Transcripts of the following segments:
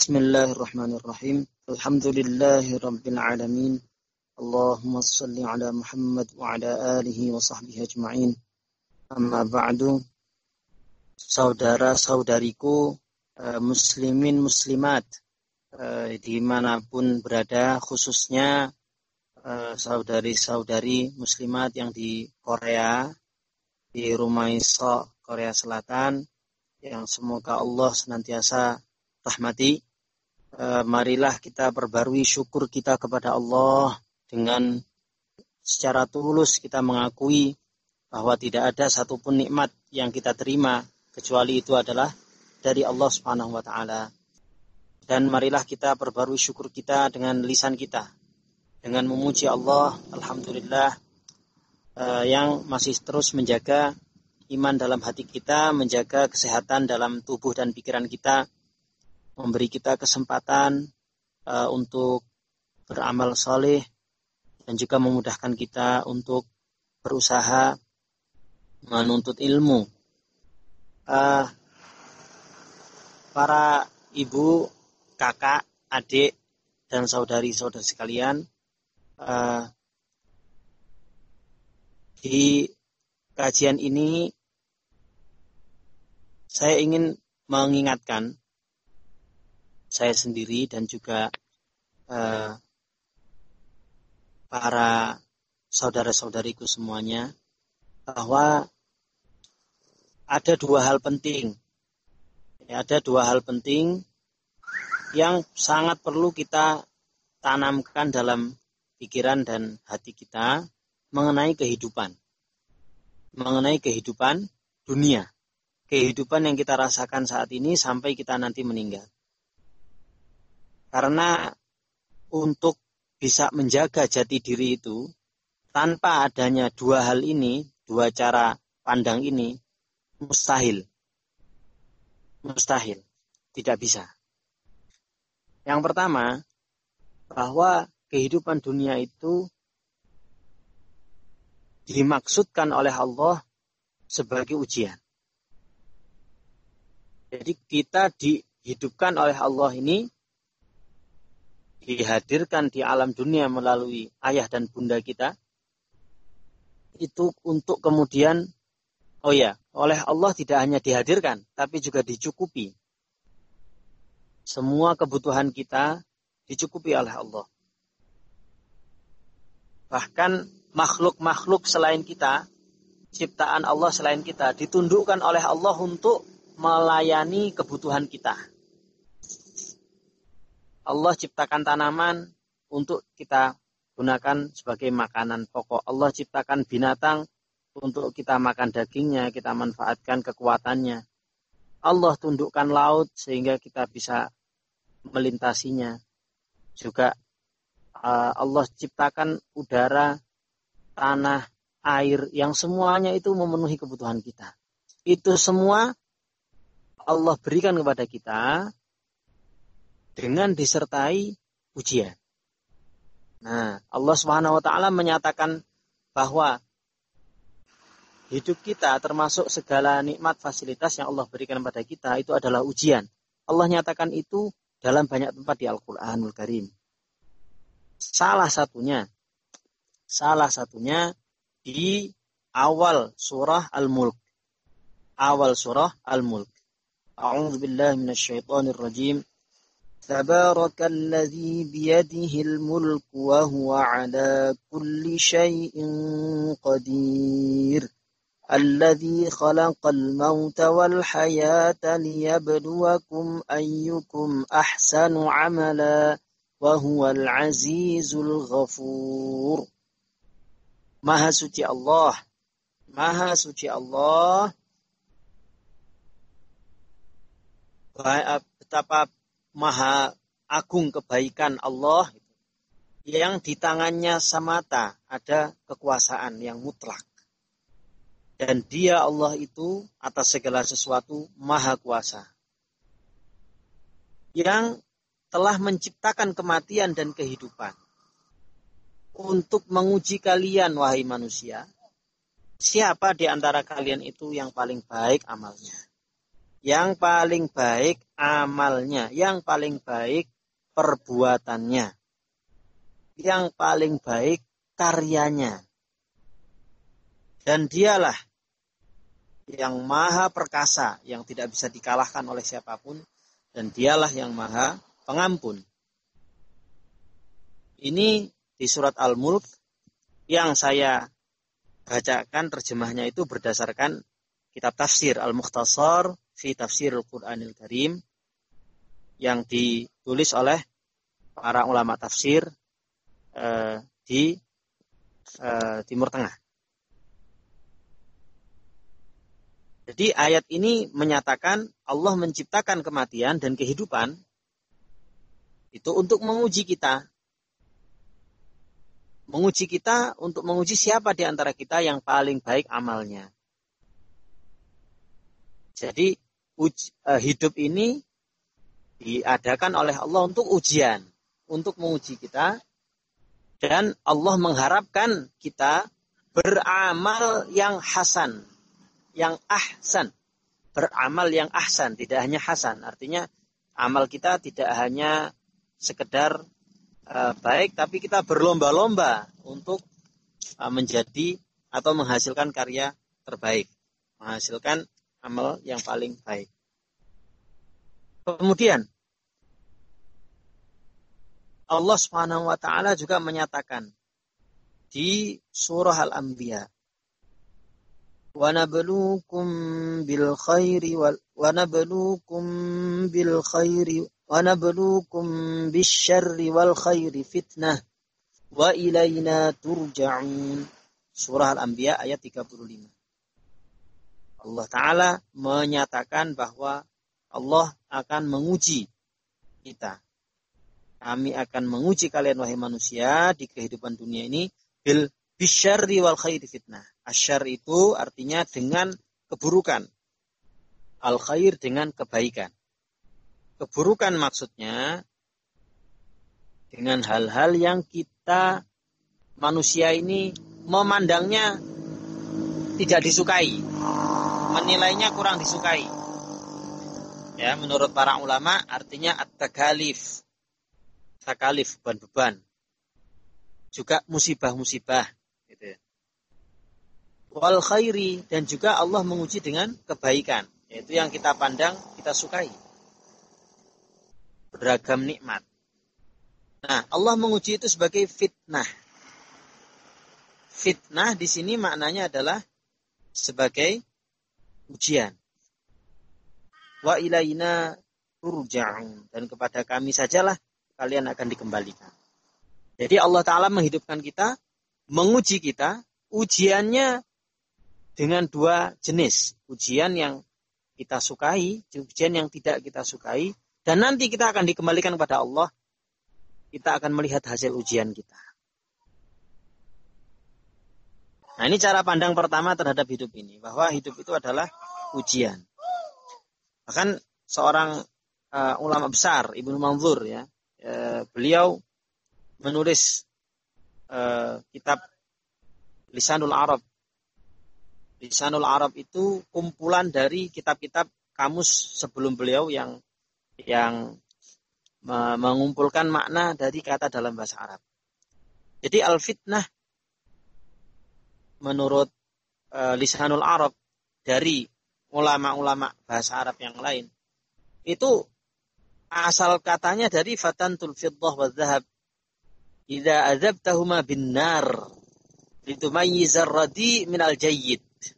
Bismillahirrahmanirrahim. Alhamdulillahirabbil alamin. Allahumma shalli ala Muhammad wa ala alihi wa sahbihi ajma'in. Amma ba'du. Saudara-saudariku muslimin muslimat dimanapun berada, khususnya saudari-saudari muslimat yang di Korea, di Rumaisa, Korea Selatan, yang semoga Allah senantiasa rahmati. Marilah kita perbarui syukur kita kepada Allah dengan secara tulus kita mengakui bahwa tidak ada satupun nikmat yang kita terima kecuali itu adalah dari Allah Subhanahu wa taala. Dan marilah kita perbarui syukur kita dengan lisan kita, dengan memuji Allah, alhamdulillah, yang masih terus menjaga iman dalam hati kita, menjaga kesehatan dalam tubuh dan pikiran kita, memberi kita kesempatan untuk beramal saleh dan juga memudahkan kita untuk berusaha menuntut ilmu. Para ibu, kakak, adik, dan saudari-saudari sekalian, di kajian ini saya ingin mengingatkan saya sendiri dan juga para saudara-saudariku semuanya bahwa ada dua hal penting. Ada dua hal penting yang sangat perlu kita tanamkan dalam pikiran dan hati kita mengenai kehidupan. Mengenai kehidupan dunia. Kehidupan yang kita rasakan saat ini sampai kita nanti meninggal. Karena untuk bisa menjaga jati diri itu, tanpa adanya dua hal ini, dua cara pandang ini, mustahil. Mustahil. Tidak bisa. Yang pertama, bahwa kehidupan dunia itu dimaksudkan oleh Allah sebagai ujian. Jadi kita dihidupkan oleh Allah ini, dihadirkan di alam dunia melalui ayah dan bunda kita, itu untuk kemudian, oleh Allah tidak hanya dihadirkan, tapi juga dicukupi. Semua kebutuhan kita dicukupi oleh Allah. Bahkan makhluk-makhluk selain kita, ciptaan Allah selain kita, ditundukkan oleh Allah untuk melayani kebutuhan kita. Allah ciptakan tanaman untuk kita gunakan sebagai makanan pokok. Allah ciptakan binatang untuk kita makan dagingnya, kita manfaatkan kekuatannya. Allah tundukkan laut sehingga kita bisa melintasinya. Juga Allah ciptakan udara, tanah, air, yang semuanya itu memenuhi kebutuhan kita. Itu semua Allah berikan kepada kita dengan disertai ujian. Nah, Allah Subhanahu wa taala menyatakan bahwa hidup kita termasuk segala nikmat fasilitas yang Allah berikan kepada kita itu adalah ujian. Allah nyatakan itu dalam banyak tempat di Al-Qur'anul Karim. Salah satunya di awal surah Al-Mulk. Awal surah Al-Mulk. A'udzubillahi minasyaitonirrajim. Tabarakalladzi biyadihil mulku wa huwa ala kulli syai'in qadir. Alladzi khalaqal mauta wal hayata liyabluwakum ayyukum ahsanu amala wa huwal azizul ghafur. Maha suci Allah. Maha suci Allah. Betapa maha agung kebaikan Allah yang di tangannya semata ada kekuasaan yang mutlak. Dan dia Allah itu atas segala sesuatu maha kuasa. Yang telah menciptakan kematian dan kehidupan. Untuk menguji kalian wahai manusia. Siapa di antara kalian itu yang paling baik amalnya. yang paling baik amalnya, yang paling baik perbuatannya, yang paling baik karyanya. Dan dialah yang maha perkasa, yang tidak bisa dikalahkan oleh siapapun, dan dialah yang maha pengampun. Ini di surat Al-Mulk yang saya bacakan terjemahnya itu berdasarkan kitab tafsir Al-Mukhtasar fi Tafsir Al-Quranil Karim yang ditulis oleh para ulama tafsir di Timur Tengah. Jadi ayat ini menyatakan Allah menciptakan kematian dan kehidupan itu untuk menguji kita. Menguji kita untuk menguji siapa di antara kita yang paling baik amalnya. Jadi hidup ini diadakan oleh Allah untuk ujian, untuk menguji kita. Dan Allah mengharapkan kita beramal yang hasan, yang ahsan. Beramal yang ahsan, tidak hanya hasan. Artinya amal kita tidak hanya sekedar baik, tapi kita berlomba-lomba untuk menjadi atau menghasilkan karya terbaik. Menghasilkan amal yang paling baik. Kemudian Allah Subhanahu wa taala juga menyatakan di surah Al-Anbiya, wa nabluukum bil khairi wa nabluukum bisyarri wal khairi fitnah wa ilaina turja'un. Surah Al-Anbiya ayat 35. Allah Ta'ala menyatakan bahwa Allah akan menguji kita. Kami akan menguji kalian wahai manusia di kehidupan dunia ini bil bisyarri wal khairi fitnah. Asyar itu artinya dengan keburukan. Al khair dengan kebaikan. Keburukan maksudnya dengan hal-hal yang kita manusia ini memandangnya tidak disukai. Menilainya kurang disukai. Ya, menurut para ulama artinya at-takalif. Takalif, beban-beban. Juga musibah-musibah. Gitu. Wal khairi, dan juga Allah menguji dengan kebaikan. Yaitu yang kita pandang, kita sukai. Beragam nikmat. Nah, Allah menguji itu sebagai fitnah. Fitnah di sini maknanya adalah sebagai ujian. Wa ilaina turja'un, dan kepada kami sajalah kalian akan dikembalikan. Jadi Allah Ta'ala menghidupkan kita, menguji kita, ujiannya dengan dua jenis. Ujian yang kita sukai, ujian yang tidak kita sukai, dan nanti kita akan dikembalikan kepada Allah, kita akan melihat hasil ujian kita. Nah, ini cara pandang pertama terhadap hidup ini, bahwa hidup itu adalah ujian. Bahkan seorang ulama besar, Ibnu Manzur, ya, beliau menulis kitab Lisanul Arab. Lisanul Arab itu kumpulan dari kitab-kitab kamus sebelum beliau yang mengumpulkan makna dari kata dalam bahasa Arab. Jadi al-fitnah menurut Lisanul Arab dari ulama-ulama bahasa Arab yang lain itu asal katanya dari fatantul fiddah wa dhahab idza adzabtahuma bin nar litumayyizar radi minal jayyid.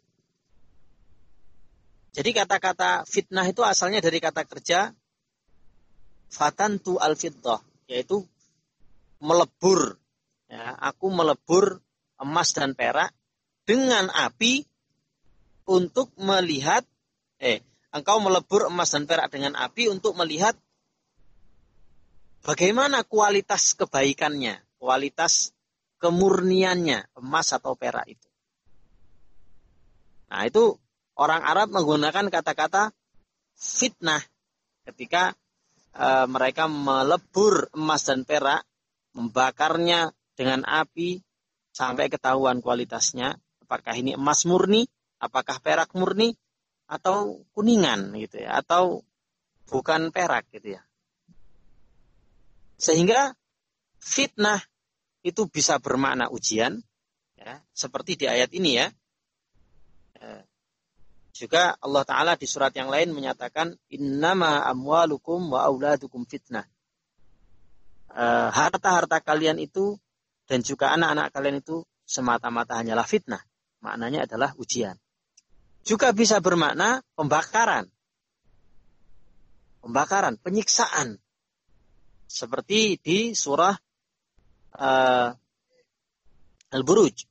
Jadi kata-kata fitnah itu asalnya dari kata kerja fatantu al fiddah, yaitu melebur. Ya, aku melebur emas dan perak dengan api untuk melihat engkau melebur emas dan perak dengan api untuk melihat bagaimana kualitas kebaikannya, kualitas kemurniannya emas atau perak itu. Nah, itu orang Arab menggunakan kata-kata fitnah ketika mereka melebur emas dan perak, membakarnya dengan api sampai ketahuan kualitasnya, apakah ini emas murni, apakah perak murni, atau kuningan gitu ya, atau bukan perak gitu ya. Sehingga fitnah itu bisa bermakna ujian, ya, seperti di ayat ini ya. Juga Allah Ta'ala di surat yang lain menyatakan innama amwalukum wa auladukum fitnah. Harta-harta kalian itu dan juga anak-anak kalian itu semata-mata hanyalah fitnah. Maknanya adalah ujian. Juga bisa bermakna pembakaran, penyiksaan. Seperti di surah Al-Buruj.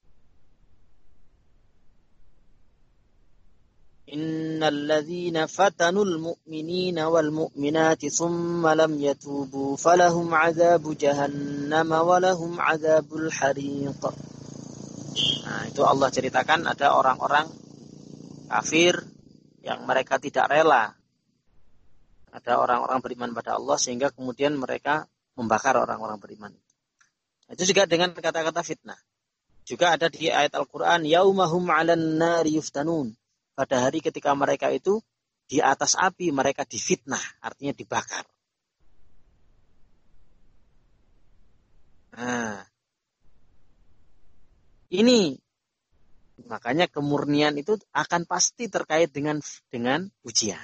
Innal ladzina fatanul mu'minina wal mu'minati tsumma lam yatubu falahum 'adzabu jahannam wa lahum 'adzabul hariq. Nah, itu Allah ceritakan ada orang-orang kafir yang mereka tidak rela. Ada orang-orang beriman pada Allah sehingga kemudian mereka membakar orang-orang beriman. Itu juga dengan kata-kata fitnah. Juga ada di ayat Al-Quran, yaumahum 'alan nari yuftanun. Pada hari ketika mereka itu di atas api, mereka difitnah, artinya dibakar. Nah, ini makanya kemurnian itu akan pasti terkait dengan ujian.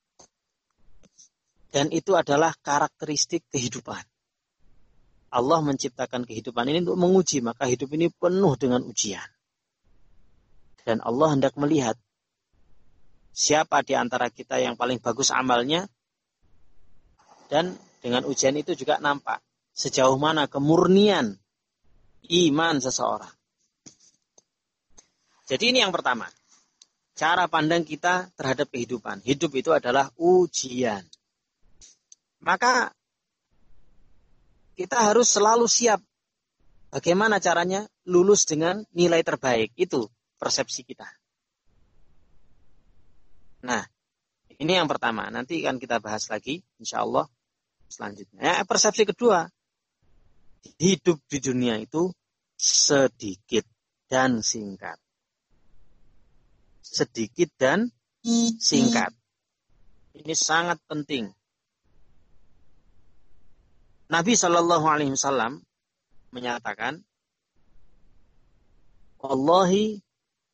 Dan itu adalah karakteristik kehidupan. Allah menciptakan kehidupan ini untuk menguji, maka hidup ini penuh dengan ujian. Dan Allah hendak melihat siapa di antara kita yang paling bagus amalnya, dan dengan ujian itu juga nampak sejauh mana kemurnian iman seseorang. Jadi ini yang pertama, cara pandang kita terhadap kehidupan. Hidup itu adalah ujian. Maka kita harus selalu siap bagaimana caranya lulus dengan nilai terbaik. Itu persepsi kita. Nah, ini yang pertama. Nanti akan kita bahas lagi, insya Allah, selanjutnya. Persepsi kedua, hidup di dunia itu sedikit dan singkat. Sedikit dan singkat. Ini sangat penting. Nabi Shallallahu Alaihi Wasallam menyatakan, Wallahi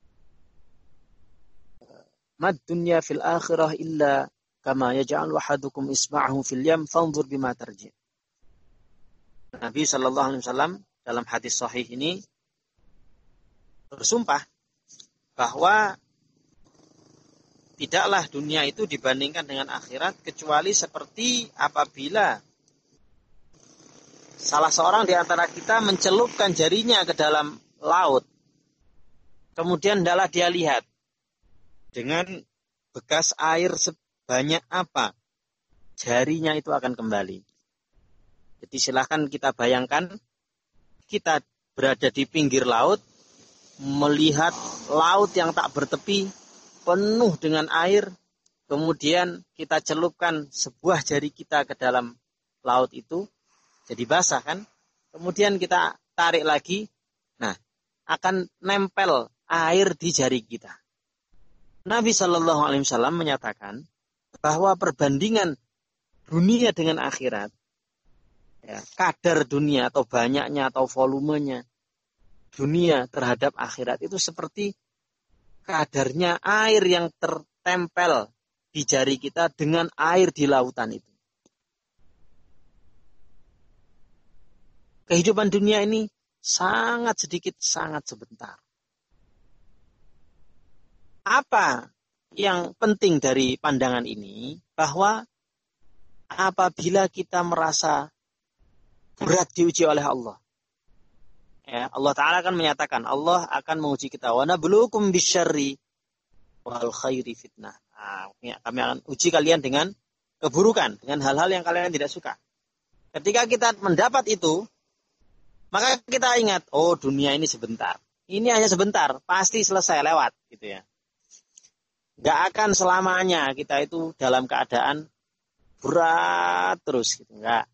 mad dunya fil akhirah illa kama yaj'al wahadukum isba'ahu fil yam fanzur bima tarji. Nabi Shallallahu Alaihi Wasallam dalam hadis sahih ini bersumpah bahwa tidaklah dunia itu dibandingkan dengan akhirat kecuali seperti apabila salah seorang di antara kita mencelupkan jarinya ke dalam laut. Kemudian hendaklah dia lihat dengan bekas air sebanyak apa jarinya itu akan kembali. Jadi silahkan kita bayangkan kita berada di pinggir laut, melihat laut yang tak bertepi, penuh dengan air, kemudian kita celupkan sebuah jari kita ke dalam laut itu, jadi basah kan, kemudian kita tarik lagi, nah akan nempel air di jari kita. Nabi Shallallahu Alaihi Wasallam menyatakan bahwa perbandingan dunia dengan akhirat, ya, kadar dunia atau banyaknya atau volumenya dunia terhadap akhirat itu seperti kadarnya air yang tertempel di jari kita dengan air di lautan itu. Kehidupan dunia ini sangat sedikit, sangat sebentar. Apa yang penting dari pandangan ini? Bahwa apabila kita merasa berat diuji oleh Allah, ya, Allah Ta'ala akan menyatakan, Allah akan menguji kita. Wa nabluukum bisyarri wal khairi fitnah. Nah, kami akan uji kalian dengan keburukan, dengan hal-hal yang kalian tidak suka. Ketika kita mendapat itu, maka kita ingat, oh dunia ini sebentar. Ini hanya sebentar, pasti selesai lewat, gitu ya. Gak akan selamanya kita itu dalam keadaan berat terus, gitu. Enggak.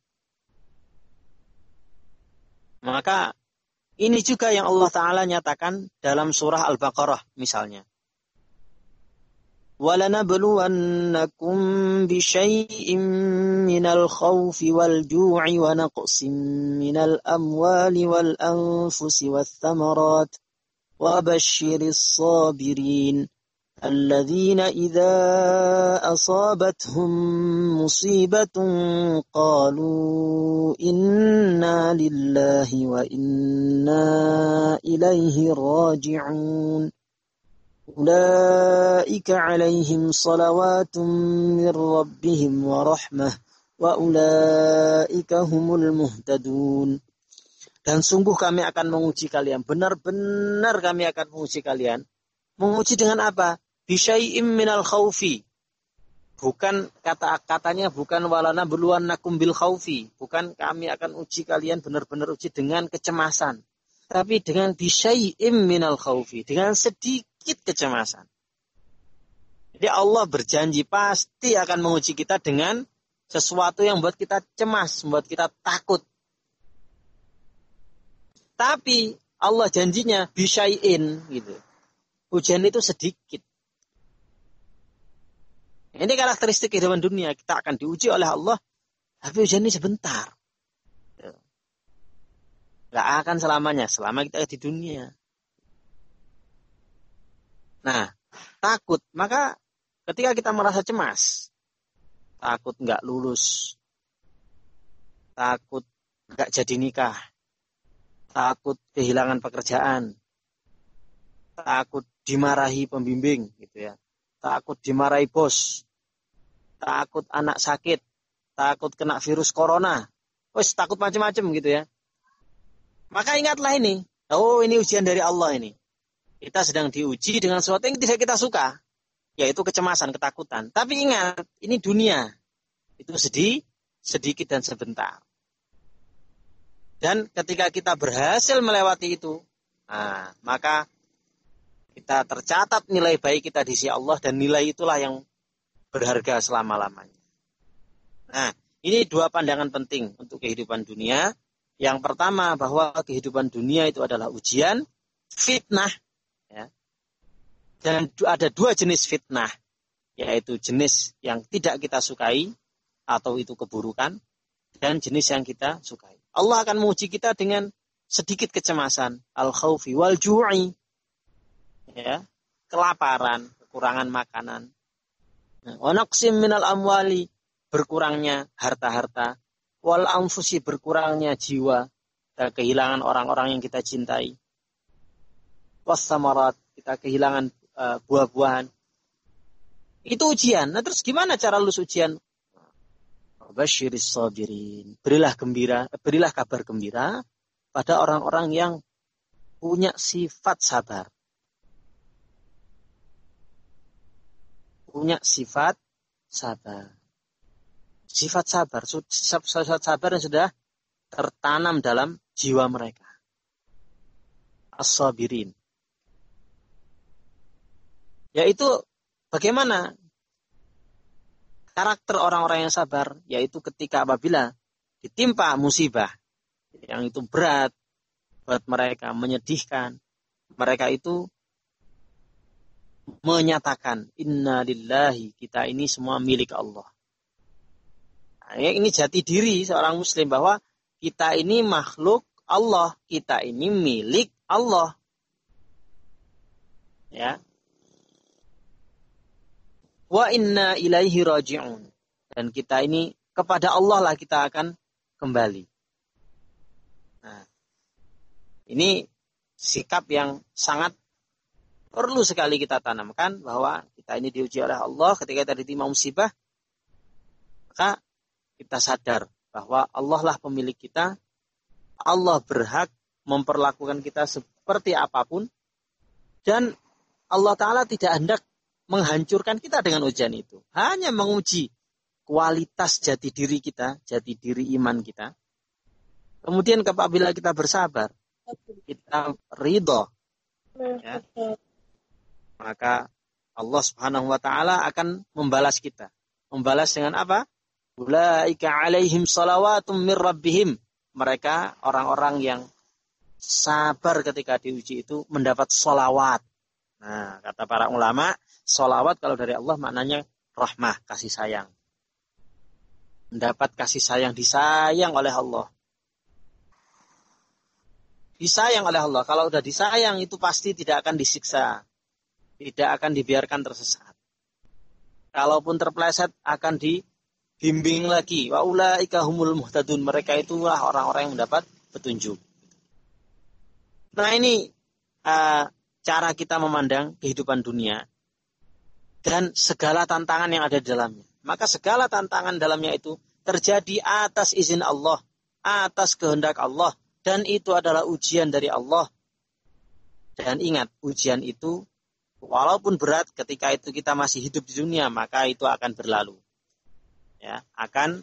Maka ini juga yang Allah Ta'ala nyatakan dalam surah Al-Baqarah misalnya. وَلَنَبْلُوَنَّكُمْ بِشَيْءٍ مِّنَ الْخَوْفِ وَالْجُوعِ وَنَقْصٍ مِّنَ الْأَمْوَالِ وَالْأَنفُسِ وَالثَّمَرَاتِ وَبَشِّرِ الصَّابِرِينَ الَّذِينَ إِذَا أَصَابَتْهُم مُّصِيبَةٌ قَالُوا إِنَّا لِلَّهِ وَإِنَّا إِلَيْهِ رَاجِعُونَ أُولَئِكَ عَلَيْهِمْ صَلَوَاتٌ مِّن رَّبِّهِمْ وَرَحْمَةٌ وَأُولَئِكَ هُمُ الْمُهْتَدُونَ. Dan sungguh kami akan menguji kalian. Benar-benar kami akan menguji kalian. Menguji dengan apa? Bisyai'im minal khawfi. Bukan kata-katanya bukan walana beluannakum bil khawfi. Bukan kami akan uji kalian benar-benar uji dengan kecemasan. Tapi dengan bisyai'im minal khawfi. Dengan sedikit kecemasan. Jadi Allah berjanji pasti akan menguji kita dengan sesuatu yang membuat kita cemas, membuat kita takut. Tapi Allah janjinya bisyai'in gitu. Ujian itu sedikit. Ini karakteristik kehidupan dunia. Kita akan diuji oleh Allah. Tapi ujian ini sebentar. Gak akan selamanya. Selama kita di dunia. Nah, takut. Maka ketika kita merasa cemas. Takut gak lulus. Takut gak jadi nikah. Takut kehilangan pekerjaan. Takut dimarahi pembimbing gitu ya. Takut dimarahi bos. Takut anak sakit. Takut kena virus corona. Wes takut macam-macam gitu ya. Maka ingatlah ini. Oh, ini ujian dari Allah ini. Kita sedang diuji dengan sesuatu yang tidak kita suka. Yaitu kecemasan, ketakutan. Tapi ingat, ini dunia. Itu sedikit dan sebentar. Dan ketika kita berhasil melewati itu, nah, maka kita tercatat nilai baik kita di sisi Allah dan nilai itulah yang berharga selama-lamanya. Nah, ini dua pandangan penting untuk kehidupan dunia. Yang pertama bahwa kehidupan dunia itu adalah ujian, fitnah. Ya. Dan ada dua jenis fitnah, yaitu jenis yang tidak kita sukai atau itu keburukan, dan jenis yang kita sukai. Allah akan menguji kita dengan sedikit kecemasan, al-khawfi wal-ju'i, ya, kelaparan, kekurangan makanan. Wa naqsim minal amwali, berkurangnya harta-harta, wal anfusi, berkurangnya jiwa, kehilangan orang-orang yang kita cintai. Was samarat, kita kehilangan buah-buahan. Itu ujian. Nah, terus gimana cara lulus ujian? Basyiris sabirin. Berilah kabar gembira pada orang-orang yang punya sifat sabar. Punya sifat sabar. Sifat sabar. Sifat sabar yang sudah tertanam dalam jiwa mereka. As-sabirin. Yaitu bagaimana karakter orang-orang yang sabar, yaitu ketika apabila ditimpa musibah yang itu berat buat mereka, menyedihkan, mereka itu menyatakan inna lillahi, kita ini semua milik Allah. Nah, ini jati diri seorang muslim bahwa kita ini makhluk Allah, kita ini milik Allah. Ya. Wa inna ilaihi raji'un. Dan kita ini kepada Allah lah kita akan kembali. Nah, ini sikap yang sangat perlu sekali kita tanamkan bahwa kita ini diuji oleh Allah ketika kita ditimpa musibah. Maka kita sadar bahwa Allah lah pemilik kita. Allah berhak memperlakukan kita seperti apapun. Dan Allah Ta'ala tidak hendak menghancurkan kita dengan ujian itu. Hanya menguji kualitas jati diri kita, jati diri iman kita. Kemudian apabila kita bersabar, kita ridho, ya, maka Allah Subhanahu wa Ta'ala akan membalas kita. Membalas dengan apa? Ulaika alaihim salawatum mir rabbihim. Mereka orang-orang yang sabar ketika diuji itu mendapat salawat. Nah, kata para ulama, Sholawat kalau dari Allah maknanya rahmah, kasih sayang. Mendapat kasih sayang, disayang oleh Allah. Disayang oleh Allah. Kalau udah disayang itu pasti tidak akan disiksa. Tidak akan dibiarkan tersesat. Kalaupun terpeleset akan dibimbing lagi. Wa ulaika humul muhtadun. Mereka itulah orang-orang yang mendapat petunjuk. Nah ini cara kita memandang kehidupan dunia dan segala tantangan yang ada di dalamnya. Maka segala tantangan dalamnya itu terjadi atas izin Allah, atas kehendak Allah, dan itu adalah ujian dari Allah. Dan ingat, ujian itu walaupun berat, ketika itu kita masih hidup di dunia, maka itu akan berlalu. Ya, akan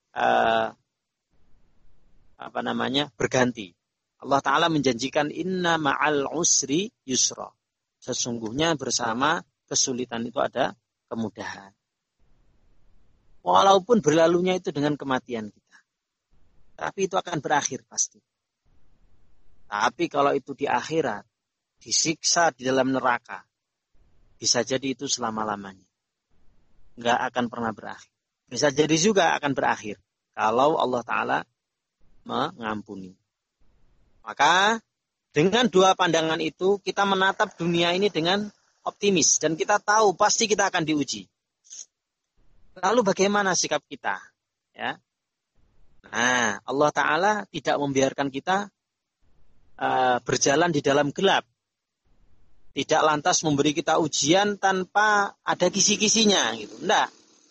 berganti. Allah Ta'ala menjanjikan inna ma'al usri yusra. Sesungguhnya bersama kesulitan itu ada kemudahan. Walaupun berlalunya itu dengan kematian kita. Tapi itu akan berakhir pasti. Tapi kalau itu di akhirat, disiksa di dalam neraka, bisa jadi itu selama-lamanya. Nggak akan pernah berakhir. Bisa jadi juga akan berakhir. Kalau Allah Ta'ala mengampuni. Maka dengan dua pandangan itu kita menatap dunia ini dengan optimis dan kita tahu pasti kita akan diuji. Lalu bagaimana sikap kita? Ya. Nah, Allah Ta'ala tidak membiarkan kita berjalan di dalam gelap. Tidak lantas memberi kita ujian tanpa ada kisi-kisinya. Gitu. Enggak.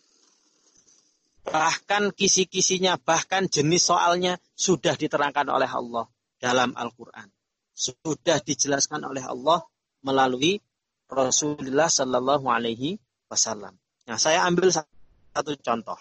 Bahkan kisi-kisinya, bahkan jenis soalnya sudah diterangkan oleh Allah dalam Al-Quran. Sudah dijelaskan oleh Allah melalui Rasulullah Sallallahu Alaihi Wasallam. Nah, saya ambil satu contoh.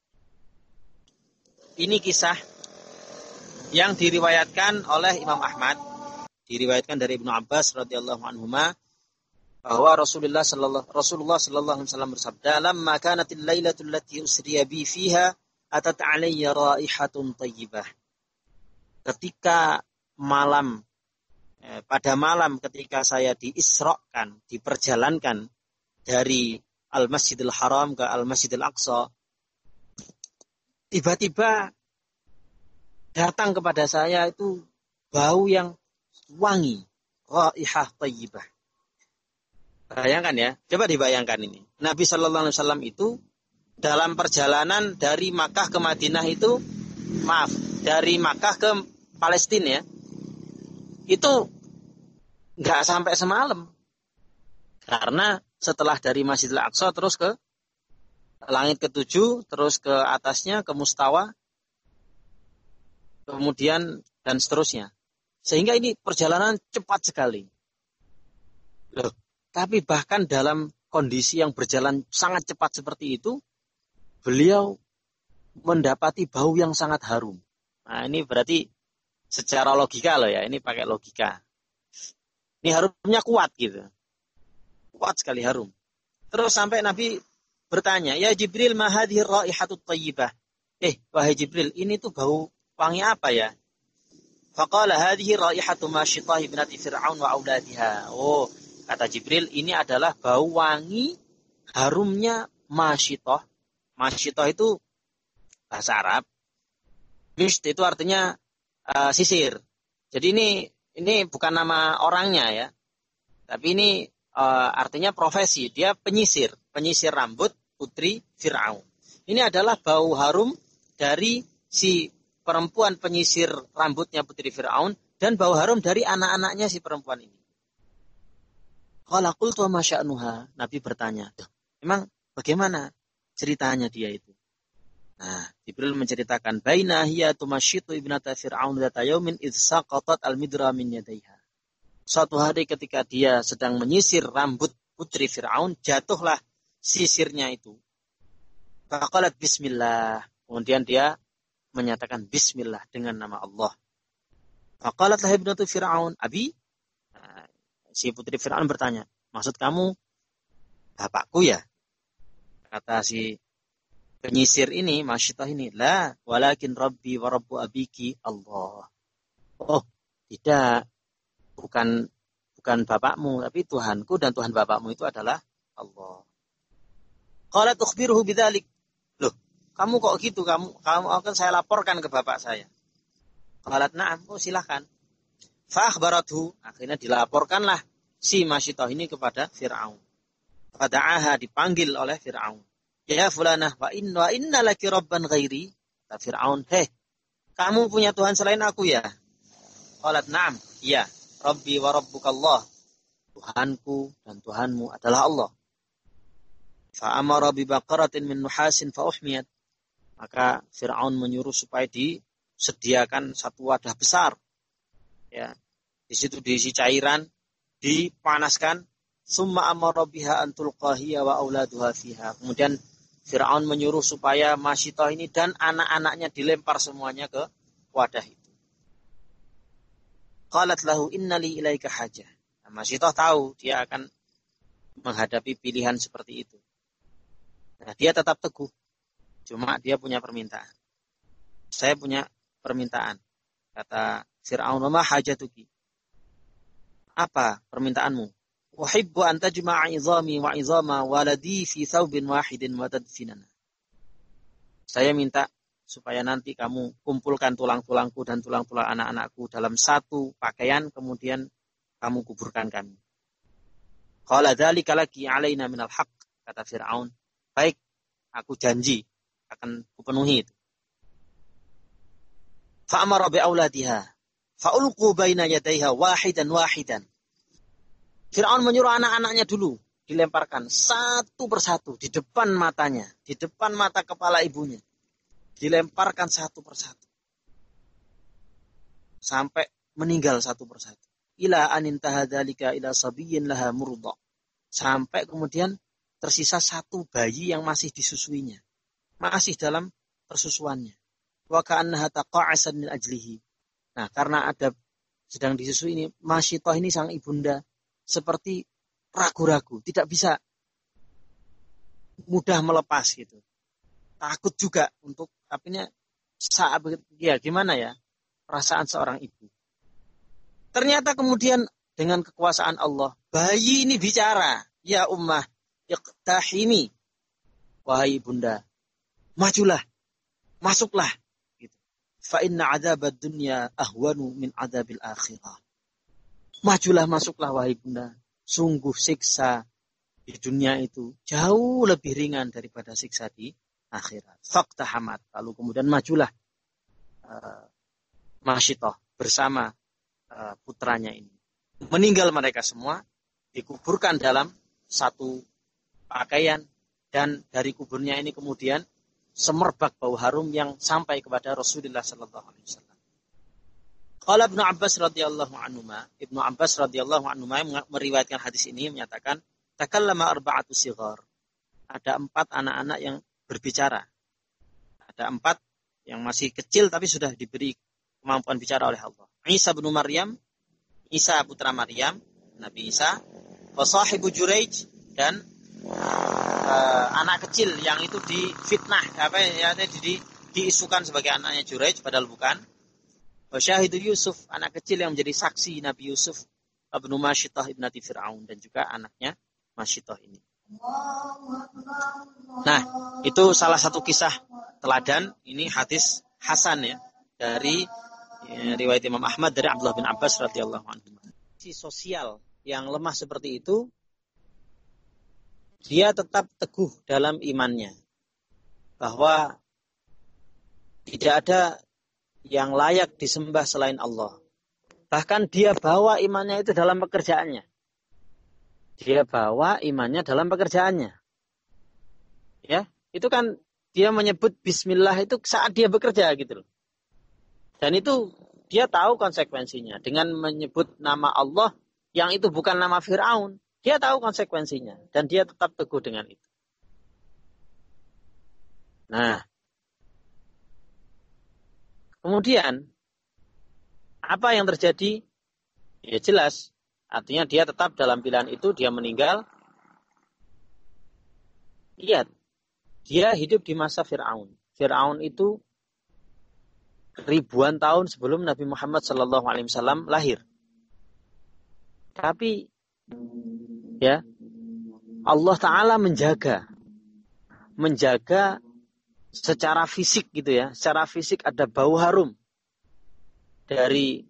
Ini kisah yang diriwayatkan oleh Imam Ahmad, diriwayatkan dari Ibnu Abbas radhiyallahu anhuma, bahwa Rasulullah Sallallahu Alaihi Wasallam bersabda, "Lamma kanatil lailatul lati usriya bi fiha atat alayya raihatun thayyibah." Ketika pada malam ketika saya diisrakan, diperjalankan dari Al-Masjidil Haram ke Al-Masjidil Aqsa, tiba-tiba datang kepada saya itu bau yang wangi, raihah thayyibah. Bayangkan ya, coba dibayangkan ini. Nabi Sallallahu Alaihi Wasallam itu dalam perjalanan dari Makkah ke Madinah itu, dari Makkah ke Palestina ya, itu nggak sampai semalam. Karena setelah dari Masjidil Aqsa terus ke langit ke-7, terus ke atasnya ke Mustawa, kemudian dan seterusnya. Sehingga ini perjalanan cepat sekali. Loh, tapi bahkan dalam kondisi yang berjalan sangat cepat seperti itu, beliau mendapati bau yang sangat harum. Nah, ini berarti secara logika loh ya, ini pakai logika. Ini harumnya kuat gitu. Kuat sekali harum. Terus sampai Nabi bertanya, "Ya Jibril, ma hadhihi raihatut thayyibah?" Wahai Jibril, ini tuh bau wangi apa ya? Faqala hadhihi raihatu masyitah ibnati Fir'aun wa auladiha. Oh, kata Jibril, ini adalah bau wangi harumnya masyitah. Masyitah itu bahasa Arab. Misht itu artinya sisir. Jadi ini bukan nama orangnya ya. Tapi ini artinya profesi. Dia penyisir rambut putri Fir'aun. Ini adalah bau harum dari si perempuan penyisir rambutnya putri Fir'aun dan bau harum dari anak-anaknya si perempuan ini. Qala qultu ma sya'nuha? Nabi bertanya, "Memang bagaimana ceritanya dia itu?" Nah, Jibril menceritakan, "Baina hiya tumashitu ibnata Fir'aun dzata yaumin idz saqatat al-midra min yadayha." Suatu hari ketika dia sedang menyisir rambut putri Fir'aun, jatuhlah sisirnya itu. Faqalat bismillah. Kemudian dia menyatakan bismillah dengan nama Allah. Faqalat laha ibnatu Fir'aun, "Abi?" Nah, si putri Fir'aun bertanya, "Maksud kamu bapakku ya?" Kata si penyisir ini, masyitah ini, "La, walakin rabbi wa rabbu abiki Allah." Oh, tidak. Bukan bapakmu, tapi Tuhanku dan Tuhan bapakmu itu adalah Allah. Qalat ukhbiruhu bidzalik. Loh, kamu kok gitu? Kamu akan saya laporkan ke bapak saya. Qalat na'am, oh silahkan. Fa akhbarathu, akhirnya dilaporkanlah si Masyitah ini kepada Fir'aun. Fada'aha, dipanggil oleh Fir'aun. Ya fulanah wa inna laki rabban ghairi. Kata Fir'aun, kamu punya Tuhan selain aku ya? Qalat na'am, iya. Rabbi wa rabbukallah. Tuhanku dan Tuhanmu adalah Allah. Fa'amara bi baqaratin min nuhasin fa'uhmiyat. Maka Fir'aun menyuruh supaya disediakan satu wadah besar. Ya, di situ diisi cairan, dipanaskan. Summa amara biha an tulqahiya wa auladuha fiha. Kemudian Fir'aun menyuruh supaya Masyitah ini dan anak-anaknya dilempar semuanya ke wadah itu. Qalat lahu innali ilaika hajah. Nah, Masyitah tahu dia akan menghadapi pilihan seperti itu. Nah, dia tetap teguh. Cuma dia punya permintaan. Saya punya permintaan. Kata Fir'aun, "Ma hajatuki?" Apa permintaanmu? "Uhibbu an tajma'a 'idhami wa 'idhama waladi fi thawbin wahidin wa tadfinana." Saya minta supaya nanti kamu kumpulkan tulang-tulangku dan tulang-tulang anak-anakku dalam satu pakaian, kemudian kamu kuburkan kami. Qala dzalika laki 'alaina minal haqq. Kata Fir'aun, baik, aku janji akan kupenuhi itu. Fa'amara bi'auladiha fa'ulqu baina yadayha wahidan. Fir'aun menyuruh anak-anaknya dulu dilemparkan satu persatu di depan matanya, di depan mata kepala ibunya. Dilemparkan satu persatu. Sampai meninggal satu persatu. Ila anintaha dzalika ila sabiyyin laha murda. Sampai kemudian tersisa satu bayi yang masih disusuinya. Masih dalam persusuannya. Wa ka'annaha taqa'asan min ajlihi. Nah, karena ada sedang disusui ini, Masyitah ini sang ibunda seperti ragu-ragu, tidak bisa mudah melepas gitu. Takut juga untuk apinya saat ya gimana ya perasaan seorang ibu. Ternyata kemudian dengan kekuasaan Allah, bayi ini bicara, ya ummah, iqtahimi, wahai bunda, majulah, masuklah. Gitu. Fa inna adzabad dunya ahwanu min adzabil akhirah. Majulah, masuklah wahai bunda. Sungguh siksa di dunia itu jauh lebih ringan daripada siksa di akhirat. Faqtahamat. Lalu kemudian majulah Masyitah bersama putranya ini. Meninggal mereka semua, dikuburkan dalam satu pakaian, dan dari kuburnya ini kemudian semerbak bau harum yang sampai kepada Rasulullah sallallahu alaihi wasallam. Qala Ibnu Abbas radhiyallahu anhuma, Ibnu Abbas radhiyallahu anhuma meriwayatkan hadis ini menyatakan, takallama arba'atu sighar. Ada 4 anak-anak yang berbicara. Ada 4 yang masih kecil tapi sudah diberi kemampuan bicara oleh Allah. Isa bin Maryam, Isa putra Maryam, Nabi Isa, wa sahibu Juraij, dan anak kecil yang itu difitnah, diisukan sebagai anaknya Juraij padahal bukan. Wa syahidu Yusuf, anak kecil yang menjadi saksi Nabi Yusuf ibnu Masyitah ibnati Fir'aun, dan juga anaknya Masyitah ini. Nah, itu salah satu kisah teladan, ini hadis hasan ya, dari riwayat Imam Ahmad dari Abdullah bin Abbas radhiyallahu anhu. Si sosial yang lemah seperti itu, dia tetap teguh dalam imannya bahwa tidak ada yang layak disembah selain Allah. Bahkan dia bawa imannya itu dalam pekerjaannya. Dia bawa imannya dalam pekerjaannya. Ya, itu kan dia menyebut bismillah itu saat dia bekerja gitu loh. Dan itu dia tahu konsekuensinya. Dengan menyebut nama Allah yang itu bukan nama Fir'aun, dia tahu konsekuensinya. Dan dia tetap teguh dengan itu. Nah, kemudian apa yang terjadi? Ya jelas. Artinya dia tetap dalam pilihan itu, dia meninggal. Lihat, dia hidup di masa Fir'aun. Fir'aun itu ribuan tahun sebelum Nabi Muhammad SAW lahir. Tapi ya, Allah Ta'ala menjaga secara fisik gitu ya. Secara fisik ada bau harum dari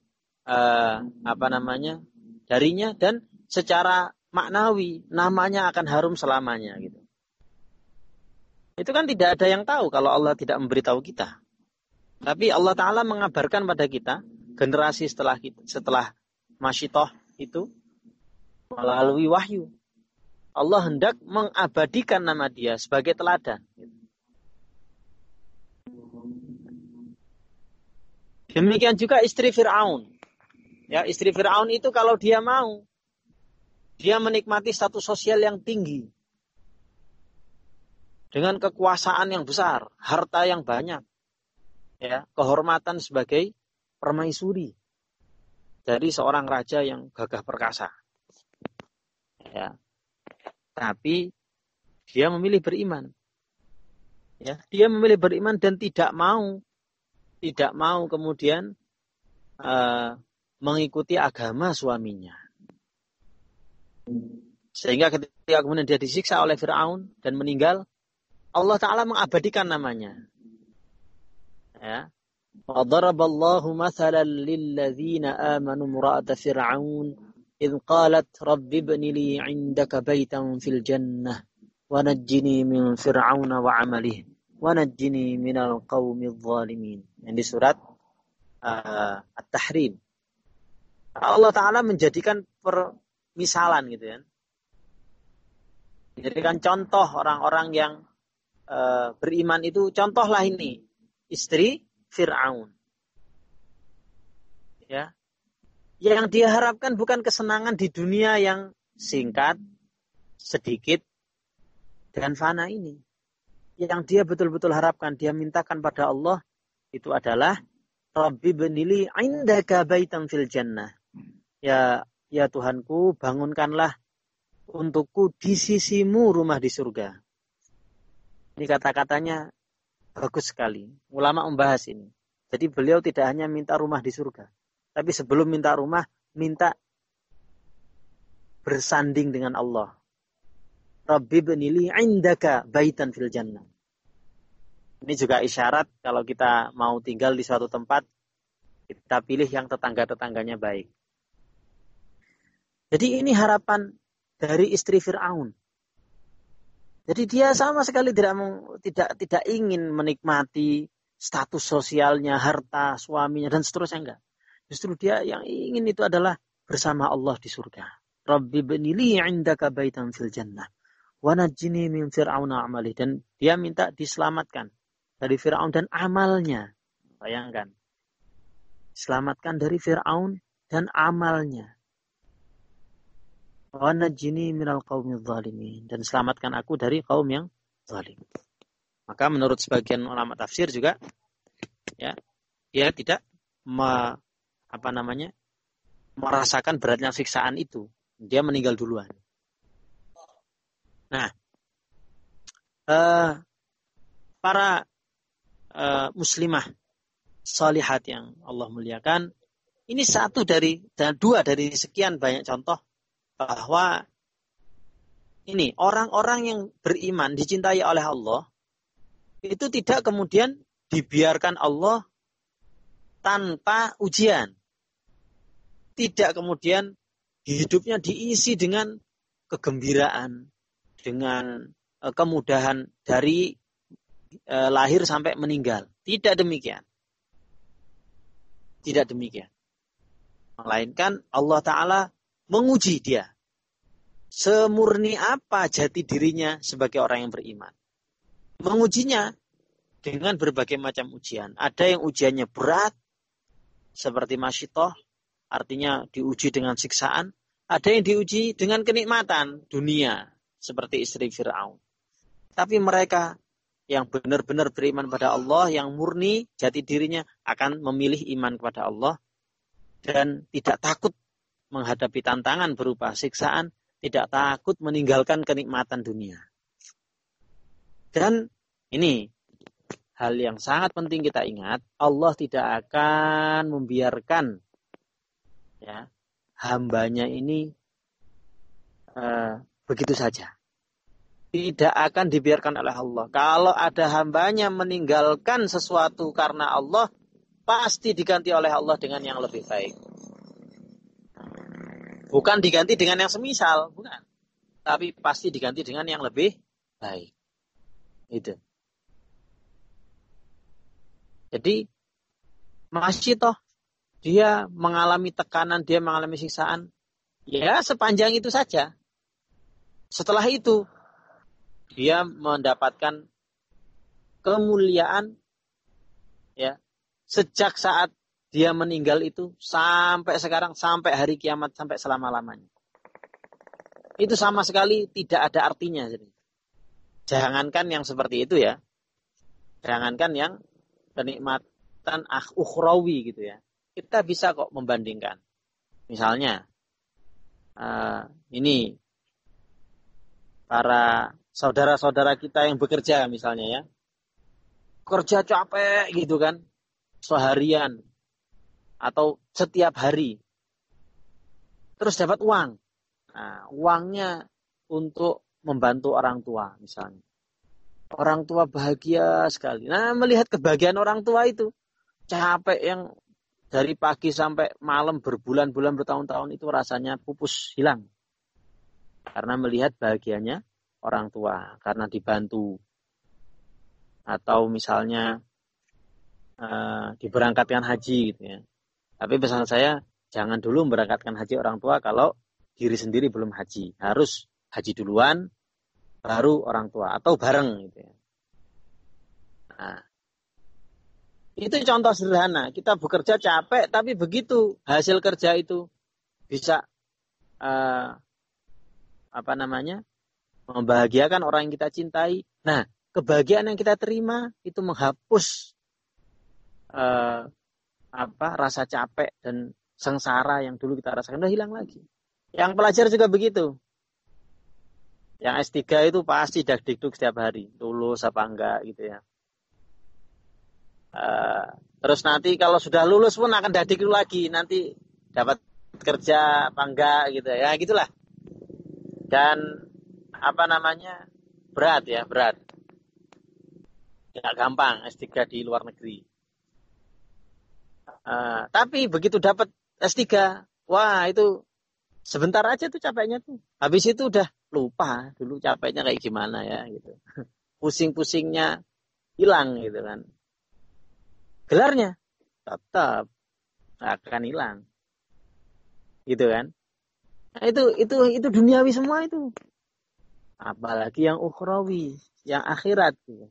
darinya, dan secara maknawi namanya akan harum selamanya gitu. Itu kan tidak ada yang tahu kalau Allah tidak memberitahu kita. Tapi Allah Ta'ala mengabarkan pada kita, generasi setelah Masyitoh itu, melalui wahyu. Allah hendak mengabadikan nama dia sebagai teladan. Demikian juga istri Fir'aun. Ya, istri Fir'aun itu kalau dia mau, dia menikmati status sosial yang tinggi. Dengan kekuasaan yang besar, harta yang banyak. Ya, kehormatan sebagai permaisuri. Dari seorang raja yang gagah perkasa. Ya. Tapi dia memilih beriman. Ya, dia memilih beriman dan tidak mau kemudian mengikuti agama suaminya. Sehingga ketika kemudian dia disiksa oleh Fir'aun dan meninggal, Allah Ta'ala mengabadikan namanya. Ya. Wa daraballahu mathalan lilladzina amanu imra'ata Fir'aun idh qalat rabbi ibni li 'indaka baitan fil jannah wa najjini min fir'auna wa 'amalihi wa najjini minal qaumidh dhalimin. Yang di surat At-Tahrim. Allah Ta'ala menjadikan permisalan gitu ya. Menjadikan contoh orang-orang yang beriman itu, contohlah ini istri Fir'aun. Ya. Yang dia harapkan bukan kesenangan di dunia yang singkat, sedikit, dan fana ini. Yang dia betul-betul harapkan, dia mintakan pada Allah, itu adalah Rabbi benili indaka baitan fil jannah. Ya Tuhanku, bangunkanlah untukku di sisimu rumah di surga. Ini kata-katanya bagus sekali. Ulama membahas ini. Jadi beliau tidak hanya minta rumah di surga. Tapi sebelum minta rumah, minta bersanding dengan Allah. Rabbi benili indaka baitan fil jannah. Ini juga isyarat kalau kita mau tinggal di suatu tempat, kita pilih yang tetangga-tetangganya baik. Jadi ini harapan dari istri Fir'aun. Jadi dia sama sekali tidak ingin menikmati status sosialnya, harta suaminya, dan seterusnya, enggak. Justru dia yang ingin itu adalah bersama Allah di surga. Rabbi benili indaka baitan fil jannah wa najjini min fir'auna amali. Dan dia minta diselamatkan dari Fir'aun dan amalnya. Bayangkan. Selamatkan dari Fir'aun dan amalnya. Wa najjini minal qaumidh dhalimin. Dan selamatkan aku dari kaum yang zalim. Maka menurut sebagian ulama tafsir juga, ya, dia tidak merasakan beratnya siksaan itu. Dia meninggal duluan. Nah, para muslimah salihat yang Allah muliakan, ini dua dari sekian banyak contoh bahwa ini orang-orang yang beriman dicintai oleh Allah itu tidak kemudian dibiarkan Allah tanpa ujian. Tidak kemudian hidupnya diisi dengan kegembiraan, dengan kemudahan dari lahir sampai meninggal. Tidak demikian. Tidak demikian. Melainkan Allah Ta'ala menguji dia. Semurni apa jati dirinya sebagai orang yang beriman. Mengujinya dengan berbagai macam ujian. Ada yang ujiannya berat, seperti Masyitoh, artinya diuji dengan siksaan. Ada yang diuji dengan kenikmatan dunia, seperti istri Fir'aun. Tapi mereka yang benar-benar beriman pada Allah, yang murni jati dirinya akan memilih iman kepada Allah dan tidak takut menghadapi tantangan berupa siksaan, tidak takut meninggalkan kenikmatan dunia. Dan ini hal yang sangat penting kita ingat, Allah tidak akan membiarkan ya hambanya ini begitu saja. tidak akan dibiarkan oleh Allah. Kalau ada hambanya meninggalkan sesuatu karena Allah, pasti diganti oleh Allah dengan yang lebih baik. Bukan diganti dengan yang semisal, bukan. Tapi pasti diganti dengan yang lebih baik. Itu. Jadi masih toh dia mengalami tekanan, dia mengalami siksaan. Ya sepanjang itu saja. Setelah itu dia mendapatkan kemuliaan ya sejak saat dia meninggal itu sampai sekarang, sampai hari kiamat, sampai selama-lamanya. Itu sama sekali tidak ada artinya. Jangankan yang seperti itu ya. Jangankan yang kenikmatan ukhrawi gitu ya. Kita bisa kok membandingkan. Misalnya, ini para saudara-saudara kita yang bekerja misalnya ya. Kerja capek gitu kan. Seharian. Atau setiap hari. Terus dapat uang. Nah, uangnya untuk membantu orang tua misalnya. Orang tua bahagia sekali. Nah, melihat kebahagiaan orang tua itu. Capek yang dari pagi sampai malam berbulan-bulan bertahun-tahun itu rasanya pupus hilang. Karena melihat bahagianya orang tua. Karena dibantu. Atau misalnya diberangkatkan haji gitu ya. Tapi pesan saya, jangan dulu memberangkatkan haji orang tua kalau diri sendiri belum haji. Harus haji duluan, baru orang tua. Atau bareng gitu ya. Nah, itu contoh sederhana. Kita bekerja capek, tapi begitu hasil kerja itu bisa membahagiakan orang yang kita cintai. Nah, kebahagiaan yang kita terima itu menghapus rasa capek dan sengsara yang dulu kita rasakan. Udah hilang lagi. Yang pelajar juga begitu. Yang S3 itu pasti dak-dikduk setiap hari. Lulus apa enggak gitu ya. Terus nanti kalau sudah lulus pun akan dak-dikduk lagi. Nanti dapat kerja apa enggak gitu ya. Gitulah. Dan berat ya, berat. Tidak gampang S3 di luar negeri. Tapi begitu dapat S3, wah itu sebentar aja tuh capeknya tuh. Habis itu udah lupa dulu capeknya kayak gimana ya gitu. Pusing-pusingnya hilang gitu kan. Gelarnya tetap akan hilang. Gitu kan. Nah, itu duniawi semua itu. Apalagi yang ukhrawi, yang akhirat gitu.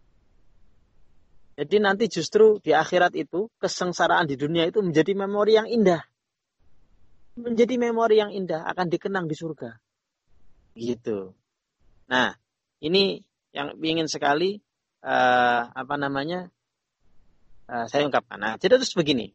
Jadi nanti justru di akhirat itu kesengsaraan di dunia itu menjadi memori yang indah. Menjadi memori yang indah akan dikenang di surga. Gitu. Nah, ini yang ingin sekali saya ungkapkan. Nah, jadi terus begini.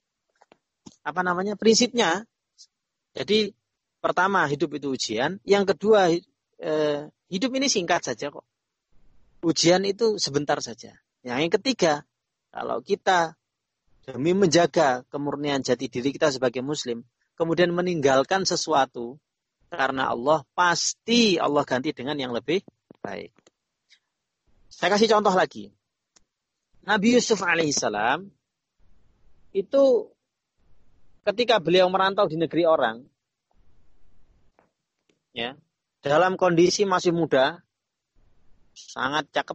Prinsipnya. Jadi pertama hidup itu ujian, yang kedua hidup ini singkat saja kok. Ujian itu sebentar saja. Yang ketiga, kalau kita demi menjaga kemurnian jati diri kita sebagai muslim, kemudian meninggalkan sesuatu karena Allah, pasti Allah ganti dengan yang lebih baik. Saya kasih contoh lagi. Nabi Yusuf alaihissalam itu ketika beliau merantau di negeri orang, ya, dalam kondisi masih muda, sangat cakep,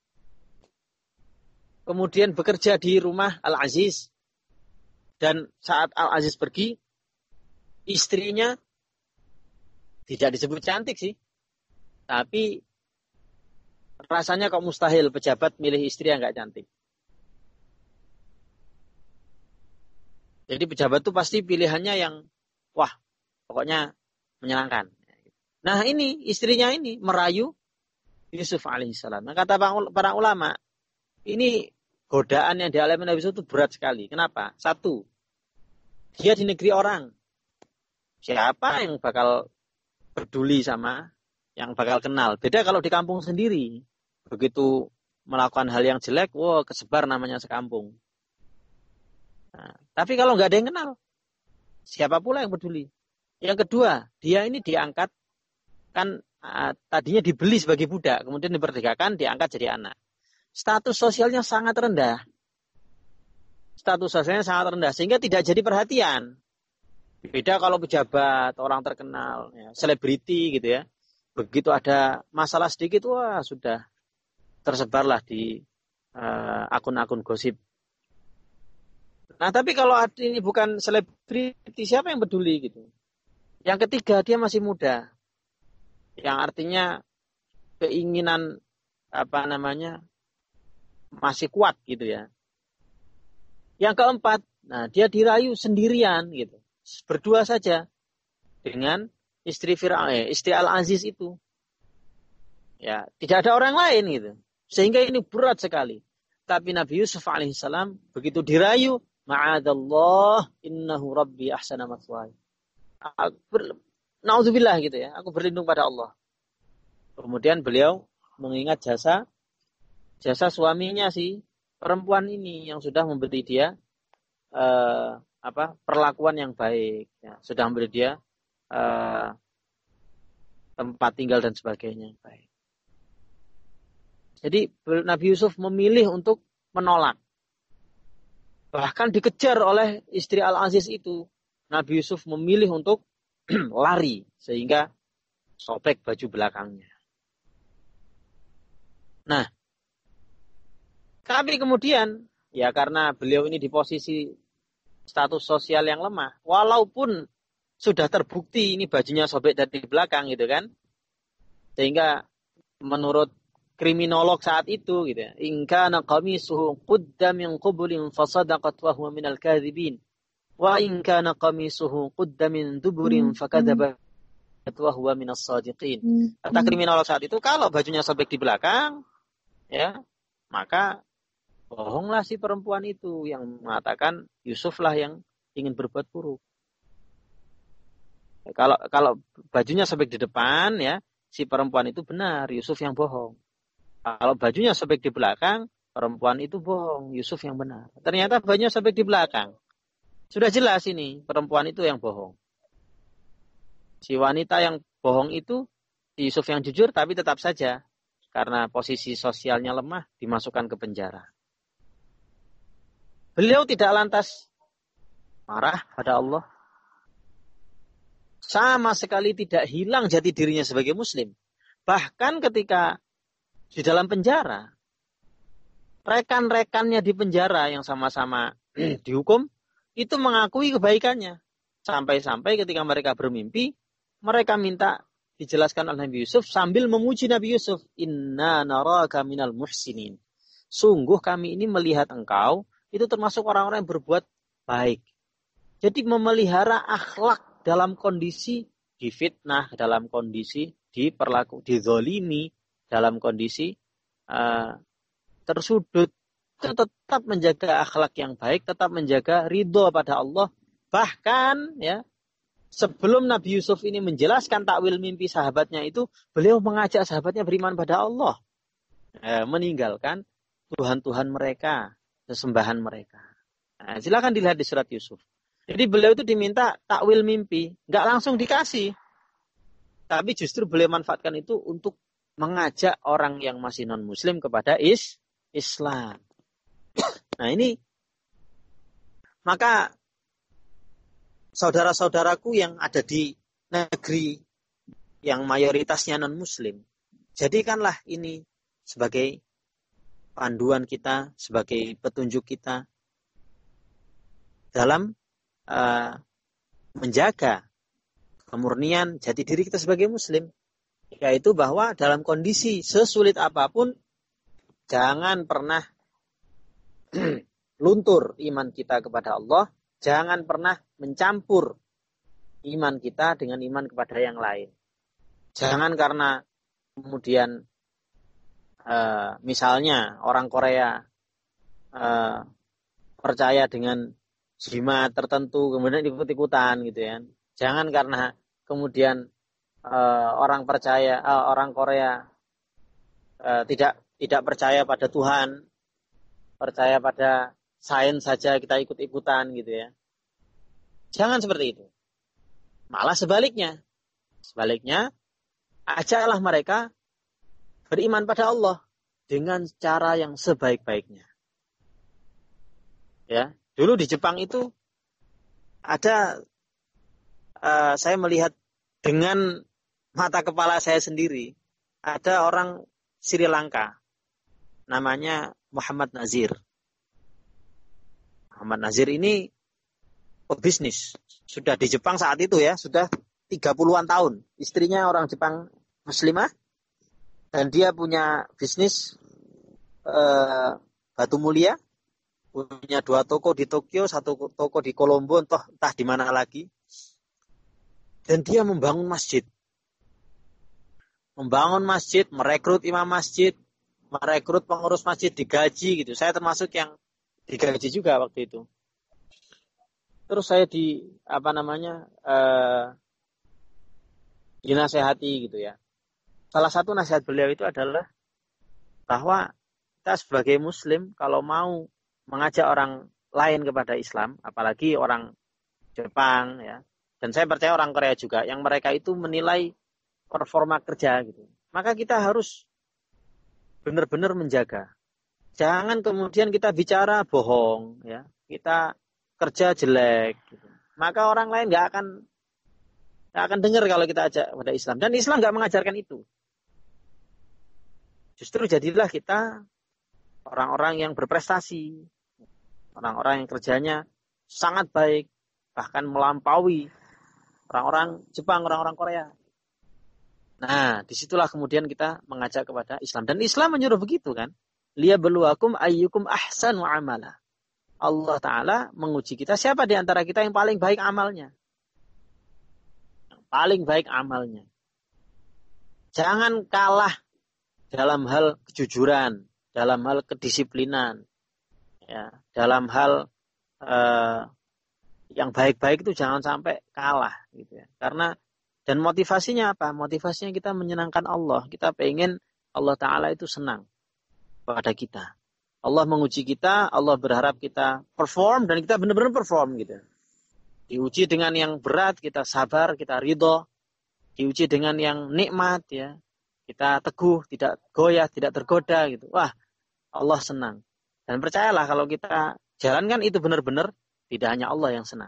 kemudian bekerja di rumah Al-Aziz, dan saat Al-Aziz pergi, istrinya tidak disebut cantik sih, tapi rasanya kok mustahil pejabat milih istri yang gak cantik. Jadi pejabat tuh pasti pilihannya yang wah, pokoknya menyenangkan. Nah ini istrinya ini merayu Yusuf alaihissalam. Nah, kata para ulama, ini godaan yang dialami Nabi Yusuf itu berat sekali. Kenapa? Satu, dia di negeri orang. Siapa yang bakal peduli sama, yang bakal kenal? Beda kalau di kampung sendiri. Begitu melakukan hal yang jelek, wah kesebar namanya sekampung. Nah, tapi kalau nggak ada yang kenal, siapa pula yang peduli? Yang kedua, dia ini diangkat kan tadinya dibeli sebagai budak, kemudian diperdekakan, diangkat jadi anak. Status sosialnya sangat rendah. Status sosialnya sangat rendah sehingga tidak jadi perhatian. Beda kalau pejabat, orang terkenal, ya, selebriti gitu ya. Begitu ada masalah sedikit, wah sudah tersebarlah di akun-akun gosip. Nah, tapi kalau ini bukan selebriti, siapa yang peduli gitu? Yang ketiga, dia masih muda. Yang artinya keinginan masih kuat gitu ya. Yang keempat, nah dia dirayu sendirian gitu. Berdua saja dengan istri Al-Aziz itu. Ya, tidak ada orang lain gitu. Sehingga ini berat sekali. Tapi Nabi Yusuf alaihissalam begitu dirayu, ma'adallah innahu rabbi ahsana mathwaya. Naudzubillah gitu ya. Aku berlindung pada Allah. Kemudian beliau mengingat jasa suaminya si perempuan ini yang sudah memberi dia perlakuan yang baik, ya. Sudah memberi dia tempat tinggal dan sebagainya yang baik. Jadi Nabi Yusuf memilih untuk menolak. Bahkan dikejar oleh istri Al-Aziz itu. Nabi Yusuf memilih untuk lari sehingga sobek baju belakangnya. Nah, tapi kemudian ya karena beliau ini di posisi status sosial yang lemah, walaupun sudah terbukti ini bajunya sobek dari belakang gitu kan, sehingga menurut kriminolog saat itu gitu ya, in kana qamisuhu qudda min qublin fasadaqat wa huwa minal kadzibin wa in kana qamisuhu qudda min duburin fakadzaba wa huwa minas shadiqin. Kata kriminolog saat itu, kalau bajunya sobek di belakang ya, maka bohonglah si perempuan itu yang mengatakan Yusuf lah yang ingin berbuat buruk. Kalau bajunya sobek di depan ya, si perempuan itu benar, Yusuf yang bohong. Kalau bajunya sobek di belakang, perempuan itu bohong, Yusuf yang benar. Ternyata bajunya sobek di belakang. Sudah jelas ini, perempuan itu yang bohong. Si wanita yang bohong itu, Yusuf yang jujur, tapi tetap saja, karena posisi sosialnya lemah, dimasukkan ke penjara. Beliau tidak lantas marah pada Allah. Sama sekali tidak hilang jati dirinya sebagai muslim. Bahkan ketika di dalam penjara, rekan-rekannya di penjara yang sama-sama dihukum, itu mengakui kebaikannya. Sampai-sampai ketika mereka bermimpi, mereka minta dijelaskan oleh Nabi Yusuf sambil memuji Nabi Yusuf. Inna naraka minal muhsinin. Sungguh kami ini melihat engkau, itu termasuk orang-orang yang berbuat baik. Jadi memelihara akhlak dalam kondisi difitnah, dalam kondisi dizolimi, dalam kondisi tersudut, itu tetap menjaga akhlak yang baik, tetap menjaga ridho pada Allah. Bahkan ya, sebelum Nabi Yusuf ini menjelaskan takwil mimpi sahabatnya itu, beliau mengajak sahabatnya beriman pada Allah, meninggalkan Tuhan-Tuhan mereka, sesembahan mereka. Nah, silakan dilihat di surat Yusuf. Jadi beliau itu diminta takwil mimpi, nggak langsung dikasih, tapi justru beliau manfaatkan itu untuk mengajak orang yang masih non-muslim kepada Islam. Nah ini, maka saudara-saudaraku yang ada di negeri yang mayoritasnya non-muslim, jadikanlah ini sebagai panduan kita, sebagai petunjuk kita dalam menjaga kemurnian jati diri kita sebagai muslim, yaitu bahwa dalam kondisi sesulit apapun jangan pernah luntur iman kita kepada Allah, jangan pernah mencampur iman kita dengan iman kepada yang lain. Jangan karena kemudian misalnya orang Korea percaya dengan jimat tertentu kemudian ikut-ikutan gitu ya. Jangan karena kemudian orang Korea tidak percaya pada Tuhan, percaya pada sains saja kita ikut-ikutan gitu ya. Jangan seperti itu. Malah sebaliknya. Sebaliknya, ajaklah mereka beriman pada Allah dengan cara yang sebaik-baiknya. Ya, dulu di Jepang itu ada saya melihat dengan mata kepala saya sendiri, ada orang Sri Lanka namanya Muhammad Nazir. Muhammad Nazir ini pebisnis. Sudah di Jepang saat itu ya, sudah 30-an tahun. Istrinya orang Jepang muslimah dan dia punya bisnis batu mulia, punya 2 toko di Tokyo, 1 toko di Kolombo, entah di mana lagi. Dan dia membangun masjid. Merekrut imam masjid, merekrut pengurus masjid, digaji gitu. Saya termasuk yang digaji juga waktu itu. Terus saya dinasehati gitu ya. Salah satu nasihat beliau itu adalah bahwa kita sebagai muslim kalau mau mengajak orang lain kepada Islam, apalagi orang Jepang ya. Dan saya percaya orang Korea juga yang mereka itu menilai performa kerja gitu. Maka kita harus benar-benar menjaga. Jangan kemudian kita bicara bohong ya. Kita kerja jelek gitu. Maka orang lain nggak akan dengar kalau kita ajak pada Islam. Dan Islam nggak mengajarkan itu. Justru jadilah kita orang-orang yang berprestasi. Orang-orang yang kerjanya sangat baik. Bahkan melampaui orang-orang Jepang, orang-orang Korea. Nah, disitulah kemudian kita mengajak kepada Islam. Dan Islam menyuruh begitu kan. Liyabluwakum ayyukum ahsanu amala. Allah Ta'ala menguji kita. Siapa di antara kita yang paling baik amalnya? Yang paling baik amalnya. Jangan kalah dalam hal kejujuran. Dalam hal kedisiplinan. Ya, dalam hal yang baik-baik itu jangan sampai kalah. Gitu ya. Karena dan motivasinya apa? Motivasinya kita menyenangkan Allah. Kita pengen Allah Ta'ala itu senang pada kita. Allah menguji kita, Allah berharap kita perform, dan kita benar-benar perform gitu. Diuji dengan yang berat, kita sabar, kita ridho. Diuji dengan yang nikmat, ya. Kita teguh, tidak goyah, tidak tergoda gitu. Wah, Allah senang. Dan percayalah kalau kita jalankan itu benar-benar, tidak hanya Allah yang senang.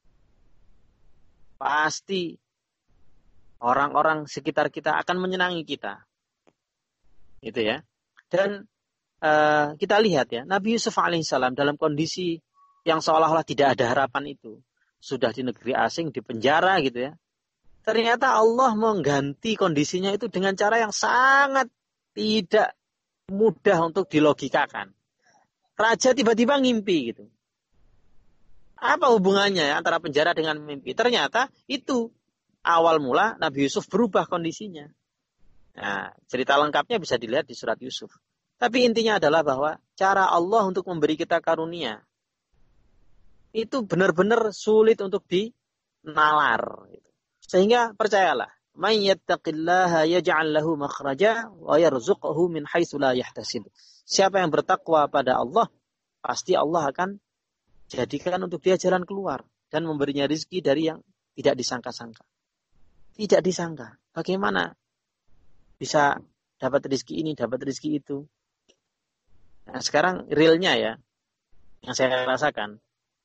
Pasti orang-orang sekitar kita akan menyenangi kita. Gitu ya. Dan kita lihat ya, Nabi Yusuf alaihissalam dalam kondisi yang seolah-olah tidak ada harapan itu. Sudah di negeri asing, di penjara gitu ya. Ternyata Allah mengganti kondisinya itu dengan cara yang sangat tidak mudah untuk dilogikakan. Raja tiba-tiba ngimpi gitu. Apa hubungannya ya antara penjara dengan mimpi? Ternyata itu awal mula Nabi Yusuf berubah kondisinya. Nah, cerita lengkapnya bisa dilihat di surat Yusuf. Tapi intinya adalah bahwa cara Allah untuk memberi kita karunia itu benar-benar sulit untuk dinalar. Sehingga percayalah, "Man yattaqillaha yaj'al lahu makhraja wa yarzuqhu min haitsu la yahtasib." Siapa yang bertakwa pada Allah, pasti Allah akan jadikan untuk dia jalan keluar dan memberinya rezeki dari yang tidak disangka-sangka. Tidak disangka. Bagaimana bisa dapat rezeki ini, dapat rezeki itu? Nah, sekarang realnya ya, yang saya rasakan,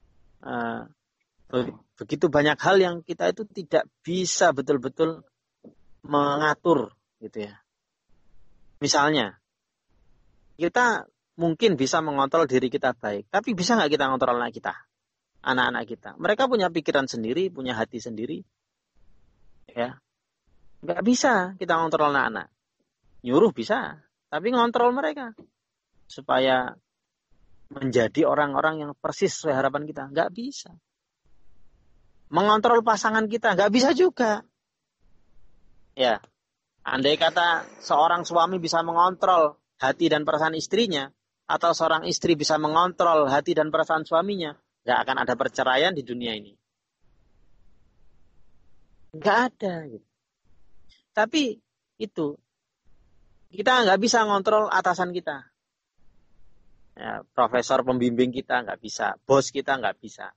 begitu banyak hal yang kita itu tidak bisa betul-betul mengatur, gitu ya. Misalnya, kita mungkin bisa mengontrol diri kita baik, tapi bisa nggak kita mengontrol anak-anak kita? Mereka punya pikiran sendiri, punya hati sendiri, ya. Nggak bisa kita mengontrol anak-anak. Nyuruh bisa, tapi ngontrol mereka supaya menjadi orang-orang yang persis sesuai harapan kita. Nggak bisa. Mengontrol pasangan kita. Nggak bisa juga. Ya, andai kata seorang suami bisa mengontrol hati dan perasaan istrinya, atau seorang istri bisa mengontrol hati dan perasaan suaminya, nggak akan ada perceraian di dunia ini. Nggak ada. Gitu. Tapi itu, kita nggak bisa ngontrol atasan kita. Ya, profesor pembimbing kita nggak bisa, bos kita nggak bisa.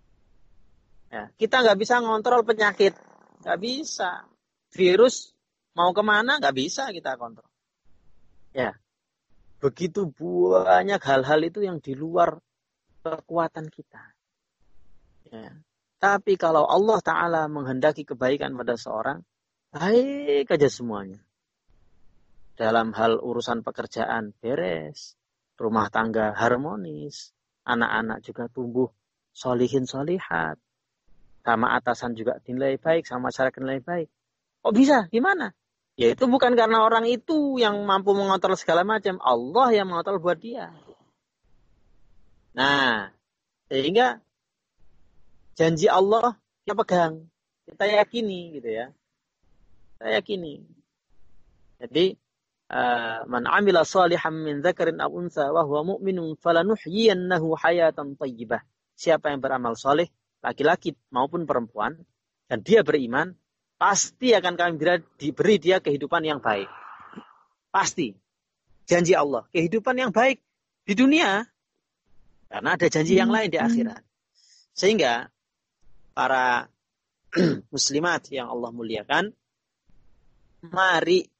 Ya, kita nggak bisa ngontrol penyakit, nggak bisa. Virus mau kemana nggak bisa kita kontrol. Ya, begitu banyak hal-hal itu yang di luar kekuatan kita. Ya. Tapi kalau Allah Ta'ala menghendaki kebaikan pada seorang, baik aja semuanya. Dalam hal urusan pekerjaan beres, rumah tangga harmonis, anak-anak juga tumbuh solihin solihat, sama atasan juga dinilai baik, sama masyarakat dinilai baik. Kok bisa? Gimana? Ya itu bukan karena orang itu yang mampu mengontrol segala macam. Allah yang mengontrol buat dia. Nah, sehingga janji Allah kita pegang. Kita yakini gitu ya. Kita yakini. Jadi, man amila salihan min dzakarin aw unsa wa huwa mu'minun falanuhyiyannahu hayatan thayyibah. Siapa yang beramal soleh, laki-laki maupun perempuan, dan dia beriman, pasti akan kami diberi dia kehidupan yang baik. Pasti. Janji Allah. Kehidupan yang baik di dunia. Karena ada janji yang lain di akhirat. Sehingga para muslimat yang Allah muliakan, mari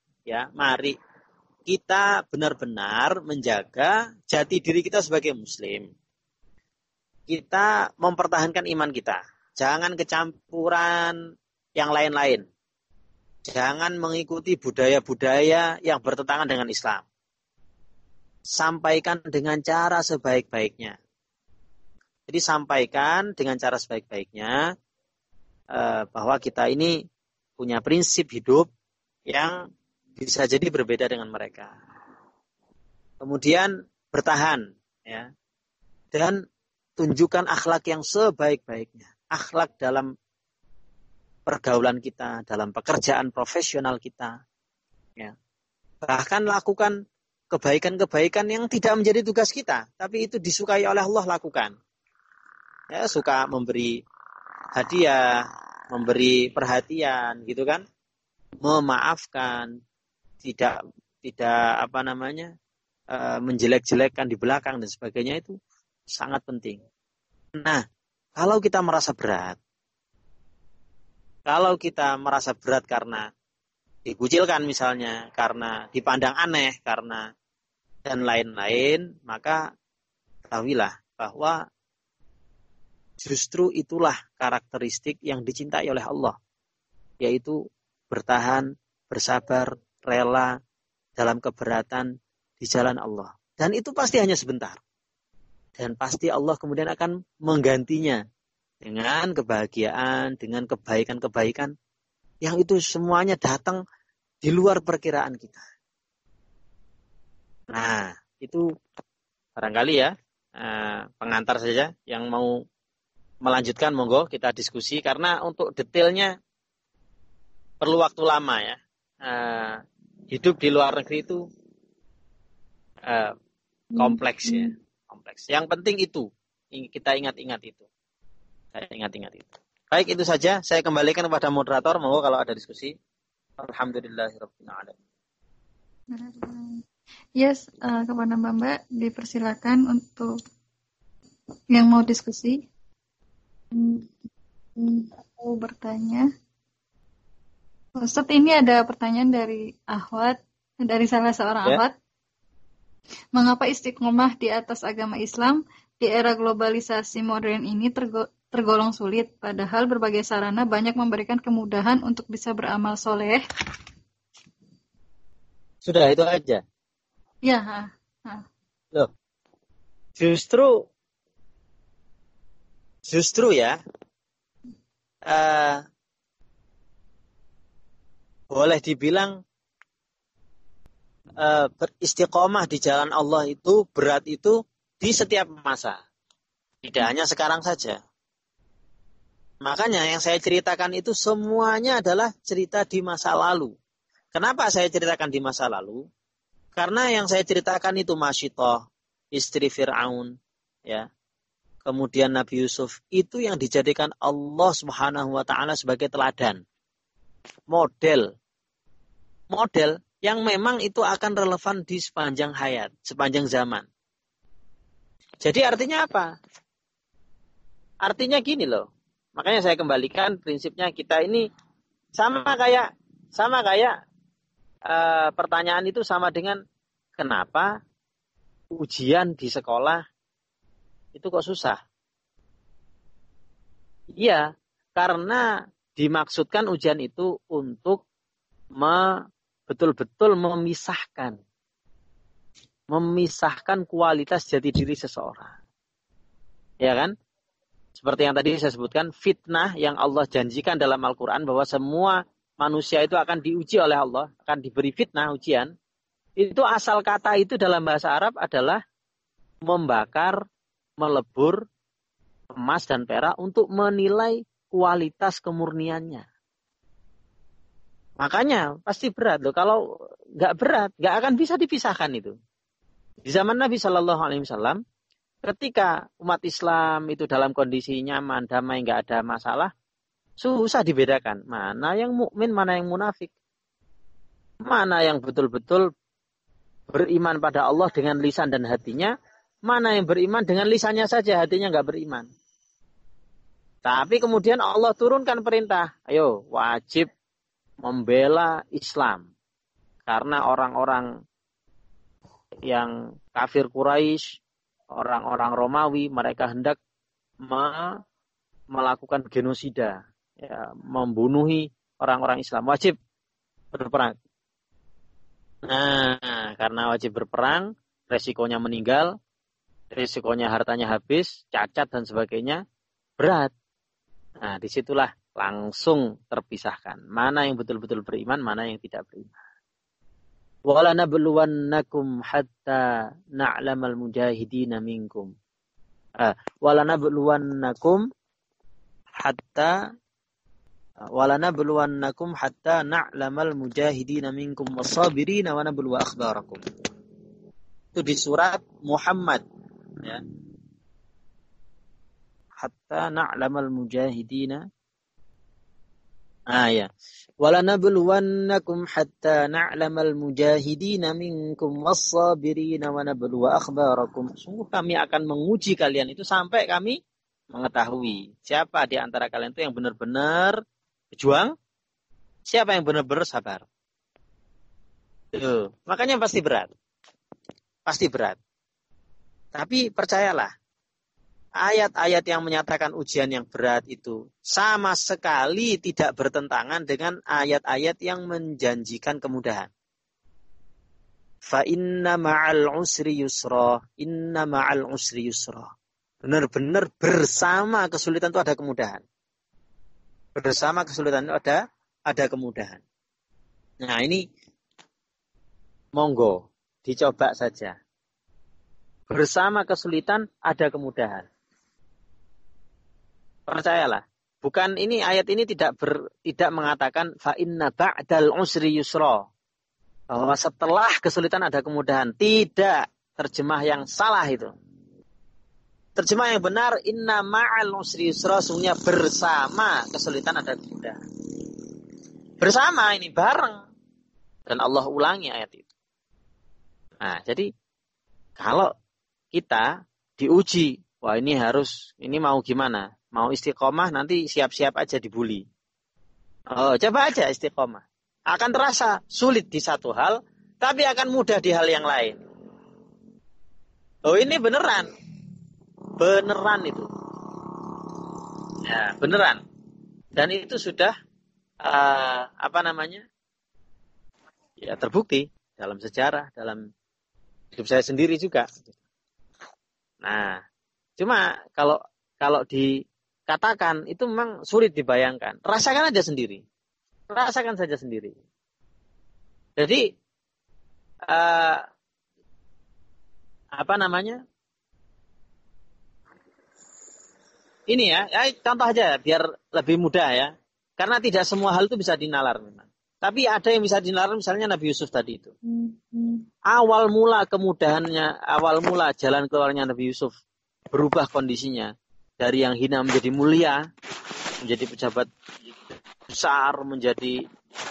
kita benar-benar menjaga jati diri kita sebagai muslim. Kita mempertahankan iman kita. Jangan kecampuran yang lain-lain. Jangan mengikuti budaya-budaya yang bertentangan dengan Islam. Sampaikan dengan cara sebaik-baiknya. Jadi sampaikan dengan cara sebaik-baiknya bahwa kita ini punya prinsip hidup yang bisa jadi berbeda dengan mereka. Kemudian bertahan, ya, dan tunjukkan akhlak yang sebaik-baiknya. Akhlak dalam pergaulan kita, dalam pekerjaan profesional kita. Ya. Bahkan lakukan kebaikan-kebaikan yang tidak menjadi tugas kita, tapi itu disukai oleh Allah, lakukan. Ya, suka memberi hadiah, memberi perhatian, gitu kan? Memaafkan, tidak menjelek-jelekkan di belakang dan sebagainya, itu sangat penting. Nah, kalau kita merasa berat karena dikucilkan misalnya, karena dipandang aneh, karena dan lain-lain, maka ketahuilah bahwa justru itulah karakteristik yang dicintai oleh Allah, yaitu bertahan, bersabar, rela dalam keberatan di jalan Allah. Dan itu pasti hanya sebentar. Dan pasti Allah kemudian akan menggantinya dengan kebahagiaan, dengan kebaikan-kebaikan yang itu semuanya datang di luar perkiraan kita. Nah, itu barangkali ya pengantar saja. Yang mau melanjutkan, monggo kita diskusi, karena untuk detailnya perlu waktu lama ya. Hidup di luar negeri itu kompleks ya, kompleks. Yang penting itu kita ingat-ingat itu. Baik, itu saja. Saya kembalikan kepada moderator, monggo kalau ada diskusi. Alhamdulillahirabbil alamin. Yes, kepada Mbak dipersilakan untuk yang mau diskusi. Aku bertanya. Ustaz, ini ada pertanyaan dari Ahwat, dari salah seorang Ahwat. Mengapa istiqomah di atas agama Islam di era globalisasi modern ini tergolong sulit, padahal berbagai sarana banyak memberikan kemudahan untuk bisa beramal soleh? Sudah, itu aja. Ya. Loh, justru ya, boleh dibilang beristiqomah di jalan Allah itu berat itu di setiap masa. Tidak hanya sekarang saja. Makanya yang saya ceritakan itu semuanya adalah cerita di masa lalu. Kenapa saya ceritakan di masa lalu? Karena yang saya ceritakan itu Masyitoh, istri Fir'aun, ya. Kemudian Nabi Yusuf, itu yang dijadikan Allah Subhanahu wa Ta'ala sebagai teladan. Model yang memang itu akan relevan di sepanjang hayat, sepanjang zaman. Jadi artinya apa? Artinya gini loh. Makanya saya kembalikan prinsipnya, kita ini sama kayak pertanyaan itu sama dengan kenapa ujian di sekolah itu kok susah? Iya, karena dimaksudkan ujian itu untuk betul-betul memisahkan kualitas jati diri seseorang. Ya kan? Seperti yang tadi saya sebutkan, fitnah yang Allah janjikan dalam Al-Quran bahwa semua manusia itu akan diuji oleh Allah, akan diberi fitnah, ujian. Itu asal kata itu dalam bahasa Arab adalah membakar, melebur emas dan perak untuk menilai kualitas kemurniannya. Makanya pasti berat loh. Kalau nggak berat, nggak akan bisa dipisahkan itu. Di zaman Nabi Shallallahu Alaihi Wasallam, ketika umat Islam itu dalam kondisi nyaman, damai, nggak ada masalah, susah dibedakan mana yang mukmin, mana yang munafik, mana yang betul-betul beriman pada Allah dengan lisan dan hatinya, mana yang beriman dengan lisannya saja, hatinya nggak beriman. Tapi kemudian Allah turunkan perintah, ayo wajib membela Islam. Karena orang-orang yang kafir Quraisy, orang-orang Romawi, mereka hendak melakukan genosida, ya, membunuhi orang-orang Islam. Wajib berperang. Nah, karena wajib berperang, resikonya meninggal, resikonya hartanya habis, cacat dan sebagainya, berat. Nah, disitulah langsung terpisahkan. Mana yang betul-betul beriman, mana yang tidak beriman. وَلَنَبْلُوَنَّكُمْ حَتَّى نَعْلَمَ الْمُجَاهِدِينَ مِنْكُمْ وَلَنَبْلُوَنَّكُمْ حَتَّى نَعْلَمَ الْمُجَاهِدِينَ مِنْكُمْ وَالصَّابِرِينَ وَنَبْلُوَ أَخْبَارَكُمْ. Itu di surat Muhammad, ya. Hatta na'lamal mujahidina. Ya. Walanabluwannakum hatta na'lamal mujahidina minkum was-sabirina wa nabluwa akhbarakum. Sungguh kami akan menguji kalian itu sampai kami mengetahui siapa di antara kalian itu yang benar-benar berjuang, siapa yang benar-benar sabar. Tuh, makanya pasti berat. Pasti berat. Tapi percayalah, ayat-ayat yang menyatakan ujian yang berat itu sama sekali tidak bertentangan dengan ayat-ayat yang menjanjikan kemudahan. Fa inna ma'al usri yusra, inna ma'al usri yusra. Benar-benar bersama kesulitan itu ada kemudahan. Bersama kesulitan itu ada kemudahan. Nah, ini monggo dicoba saja. Bersama kesulitan ada kemudahan. Percayalah, bukan ini ayat ini tidak mengatakan fa inna ba'dal usri yusra, bahwa setelah kesulitan ada kemudahan. Tidak, terjemah yang salah itu. Terjemah yang benar, inna ma'al usri yusra, sungguhnya bersama kesulitan ada kemudahan. Bersama ini bareng. Dan Allah ulangi ayat itu. Nah, jadi kalau kita diuji, wah ini mau gimana? Mau istiqomah nanti siap-siap aja dibully. Coba aja istiqomah. Akan terasa sulit di satu hal, tapi akan mudah di hal yang lain. Ini beneran. Beneran itu. Ya, beneran. Dan itu sudah ya terbukti dalam sejarah, dalam hidup saya sendiri juga. Nah, cuma kalau dikatakan itu memang sulit dibayangkan. Rasakan aja sendiri. Rasakan saja sendiri. Jadi ini ya contoh aja biar lebih mudah ya. Karena tidak semua hal itu bisa dinalar memang. Tapi ada yang bisa dinalar, misalnya Nabi Yusuf tadi itu. Awal mula kemudahannya, awal mula jalan keluarnya Nabi Yusuf berubah kondisinya. Dari yang hina menjadi mulia, menjadi pejabat besar, menjadi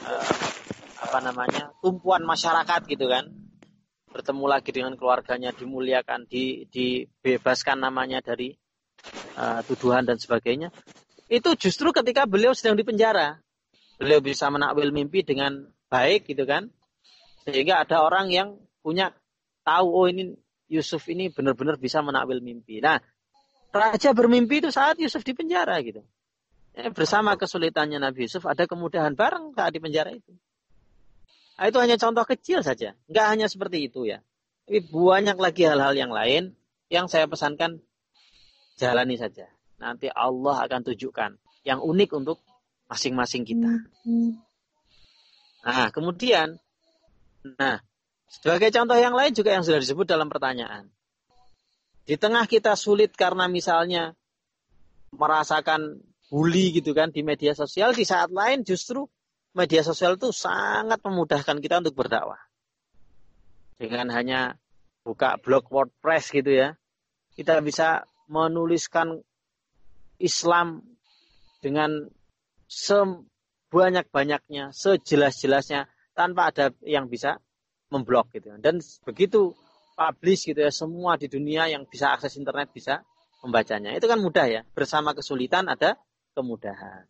tumpuan masyarakat gitu kan. Bertemu lagi dengan keluarganya, dimuliakan, dibebaskan namanya dari tuduhan dan sebagainya. Itu justru ketika beliau sedang di penjara. Beliau bisa menakwil mimpi dengan baik gitu kan. Sehingga ada orang yang punya tahu, oh ini Yusuf ini benar-benar bisa menakwil mimpi. Nah, raja bermimpi itu saat Yusuf di penjara gitu. Bersama kesulitannya Nabi Yusuf ada kemudahan bareng saat di penjara itu. Nah, itu hanya contoh kecil saja. Enggak hanya seperti itu ya. Tapi banyak lagi hal-hal yang lain yang saya pesankan jalani saja. Nanti Allah akan tunjukkan yang unik untuk masing-masing kita. Nah, kemudian, sebagai contoh yang lain juga yang sudah disebut dalam pertanyaan. Di tengah kita sulit karena misalnya merasakan bully gitu kan di media sosial, di saat lain justru media sosial itu sangat memudahkan kita untuk berdakwah. Dengan hanya buka blog WordPress gitu ya, kita bisa menuliskan Islam dengan sebanyak-banyaknya, sejelas-jelasnya, tanpa ada yang bisa memblok gitu. Dan begitu publish gitu ya, semua di dunia yang bisa akses internet bisa membacanya. Itu kan mudah ya, bersama kesulitan ada kemudahan.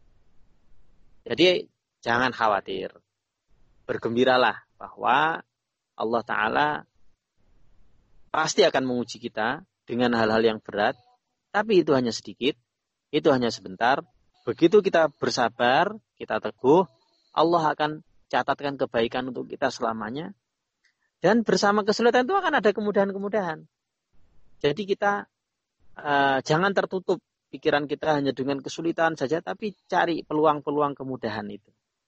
Jadi jangan khawatir, bergembiralah bahwa Allah Ta'ala pasti akan menguji kita dengan hal-hal yang berat, tapi itu hanya sedikit, itu hanya sebentar. Begitu kita bersabar, kita teguh, Allah akan catatkan kebaikan untuk kita selamanya. Dan bersama kesulitan itu akan ada kemudahan-kemudahan. Jadi kita jangan tertutup pikiran kita hanya dengan kesulitan saja, tapi cari peluang-peluang kemudahan itu.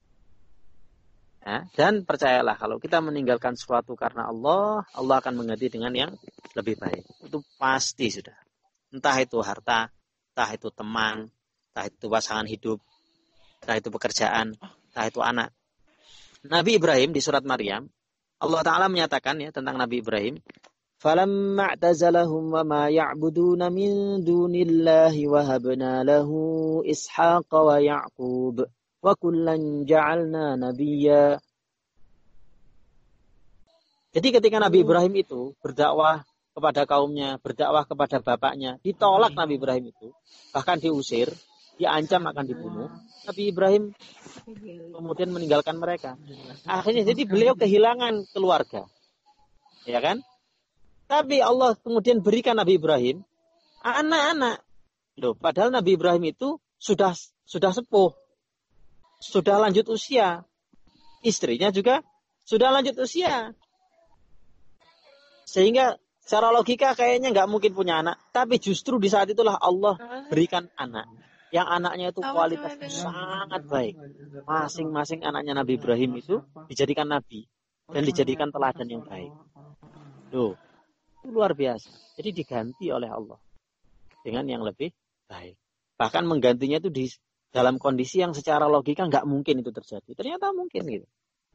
Ya, dan percayalah kalau kita meninggalkan sesuatu karena Allah, Allah akan mengganti dengan yang lebih baik. Itu pasti sudah. Entah itu harta, entah itu teman, entah itu pasangan hidup, entah itu pekerjaan, entah itu anak. Nabi Ibrahim di surat Maryam, Allah Ta'ala menyatakan ya tentang Nabi Ibrahim, فَلَمَّا اعْتَزَلَهُمْ وَمَا يَعْبُدُونَ مِن دُونِ اللَّهِ وَهَبْنَا لَهُ إِسْحَاقَ وَيَعْقُوبَ وَكُلًّا جَعَلْنَا نَبِيًّا. Jadi ketika Nabi Ibrahim itu berdakwah kepada kaumnya, berdakwah kepada bapaknya, ditolak Nabi Ibrahim itu, bahkan diusir, diancam akan dibunuh. Nabi Ibrahim kemudian meninggalkan mereka. Akhirnya jadi beliau kehilangan keluarga. Ya kan? Tapi Allah kemudian berikan Nabi Ibrahim anak-anak. Loh, padahal Nabi Ibrahim itu sudah sepuh. Sudah lanjut usia. Istrinya juga sudah lanjut usia. Sehingga secara logika kayaknya nggak mungkin punya anak. Tapi justru di saat itulah Allah berikan anak. Yang anaknya itu kualitasnya sangat baik. Masing-masing anaknya Nabi Ibrahim itu dijadikan nabi. Dan dijadikan teladan yang baik. Loh, itu luar biasa. Jadi diganti oleh Allah. Dengan yang lebih baik. Bahkan menggantinya itu di dalam kondisi yang secara logika nggak mungkin itu terjadi. Ternyata mungkin gitu.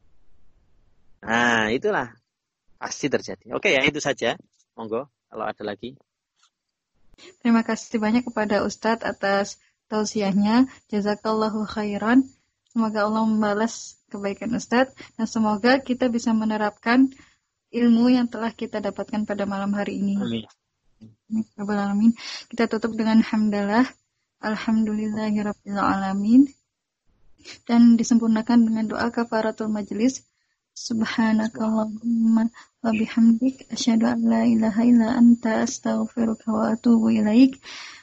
Nah, itulah. Pasti terjadi. Oke ya, itu saja. Monggo, kalau ada lagi. Terima kasih banyak kepada Ustadz atas tausiahnya. Jazakallahu khairan. Semoga Allah membalas kebaikan Ustadz. Dan semoga kita bisa menerapkan ilmu yang telah kita dapatkan pada malam hari ini. Amin. Kita tutup dengan hamdalah. Alhamdulillahirabbil alamin. Dan disempurnakan dengan doa kafaratul majelis. Subhanakallahumma wa bihamdik asyhadu an la ilaha illa anta astaghfiruka wa atubu ilaik.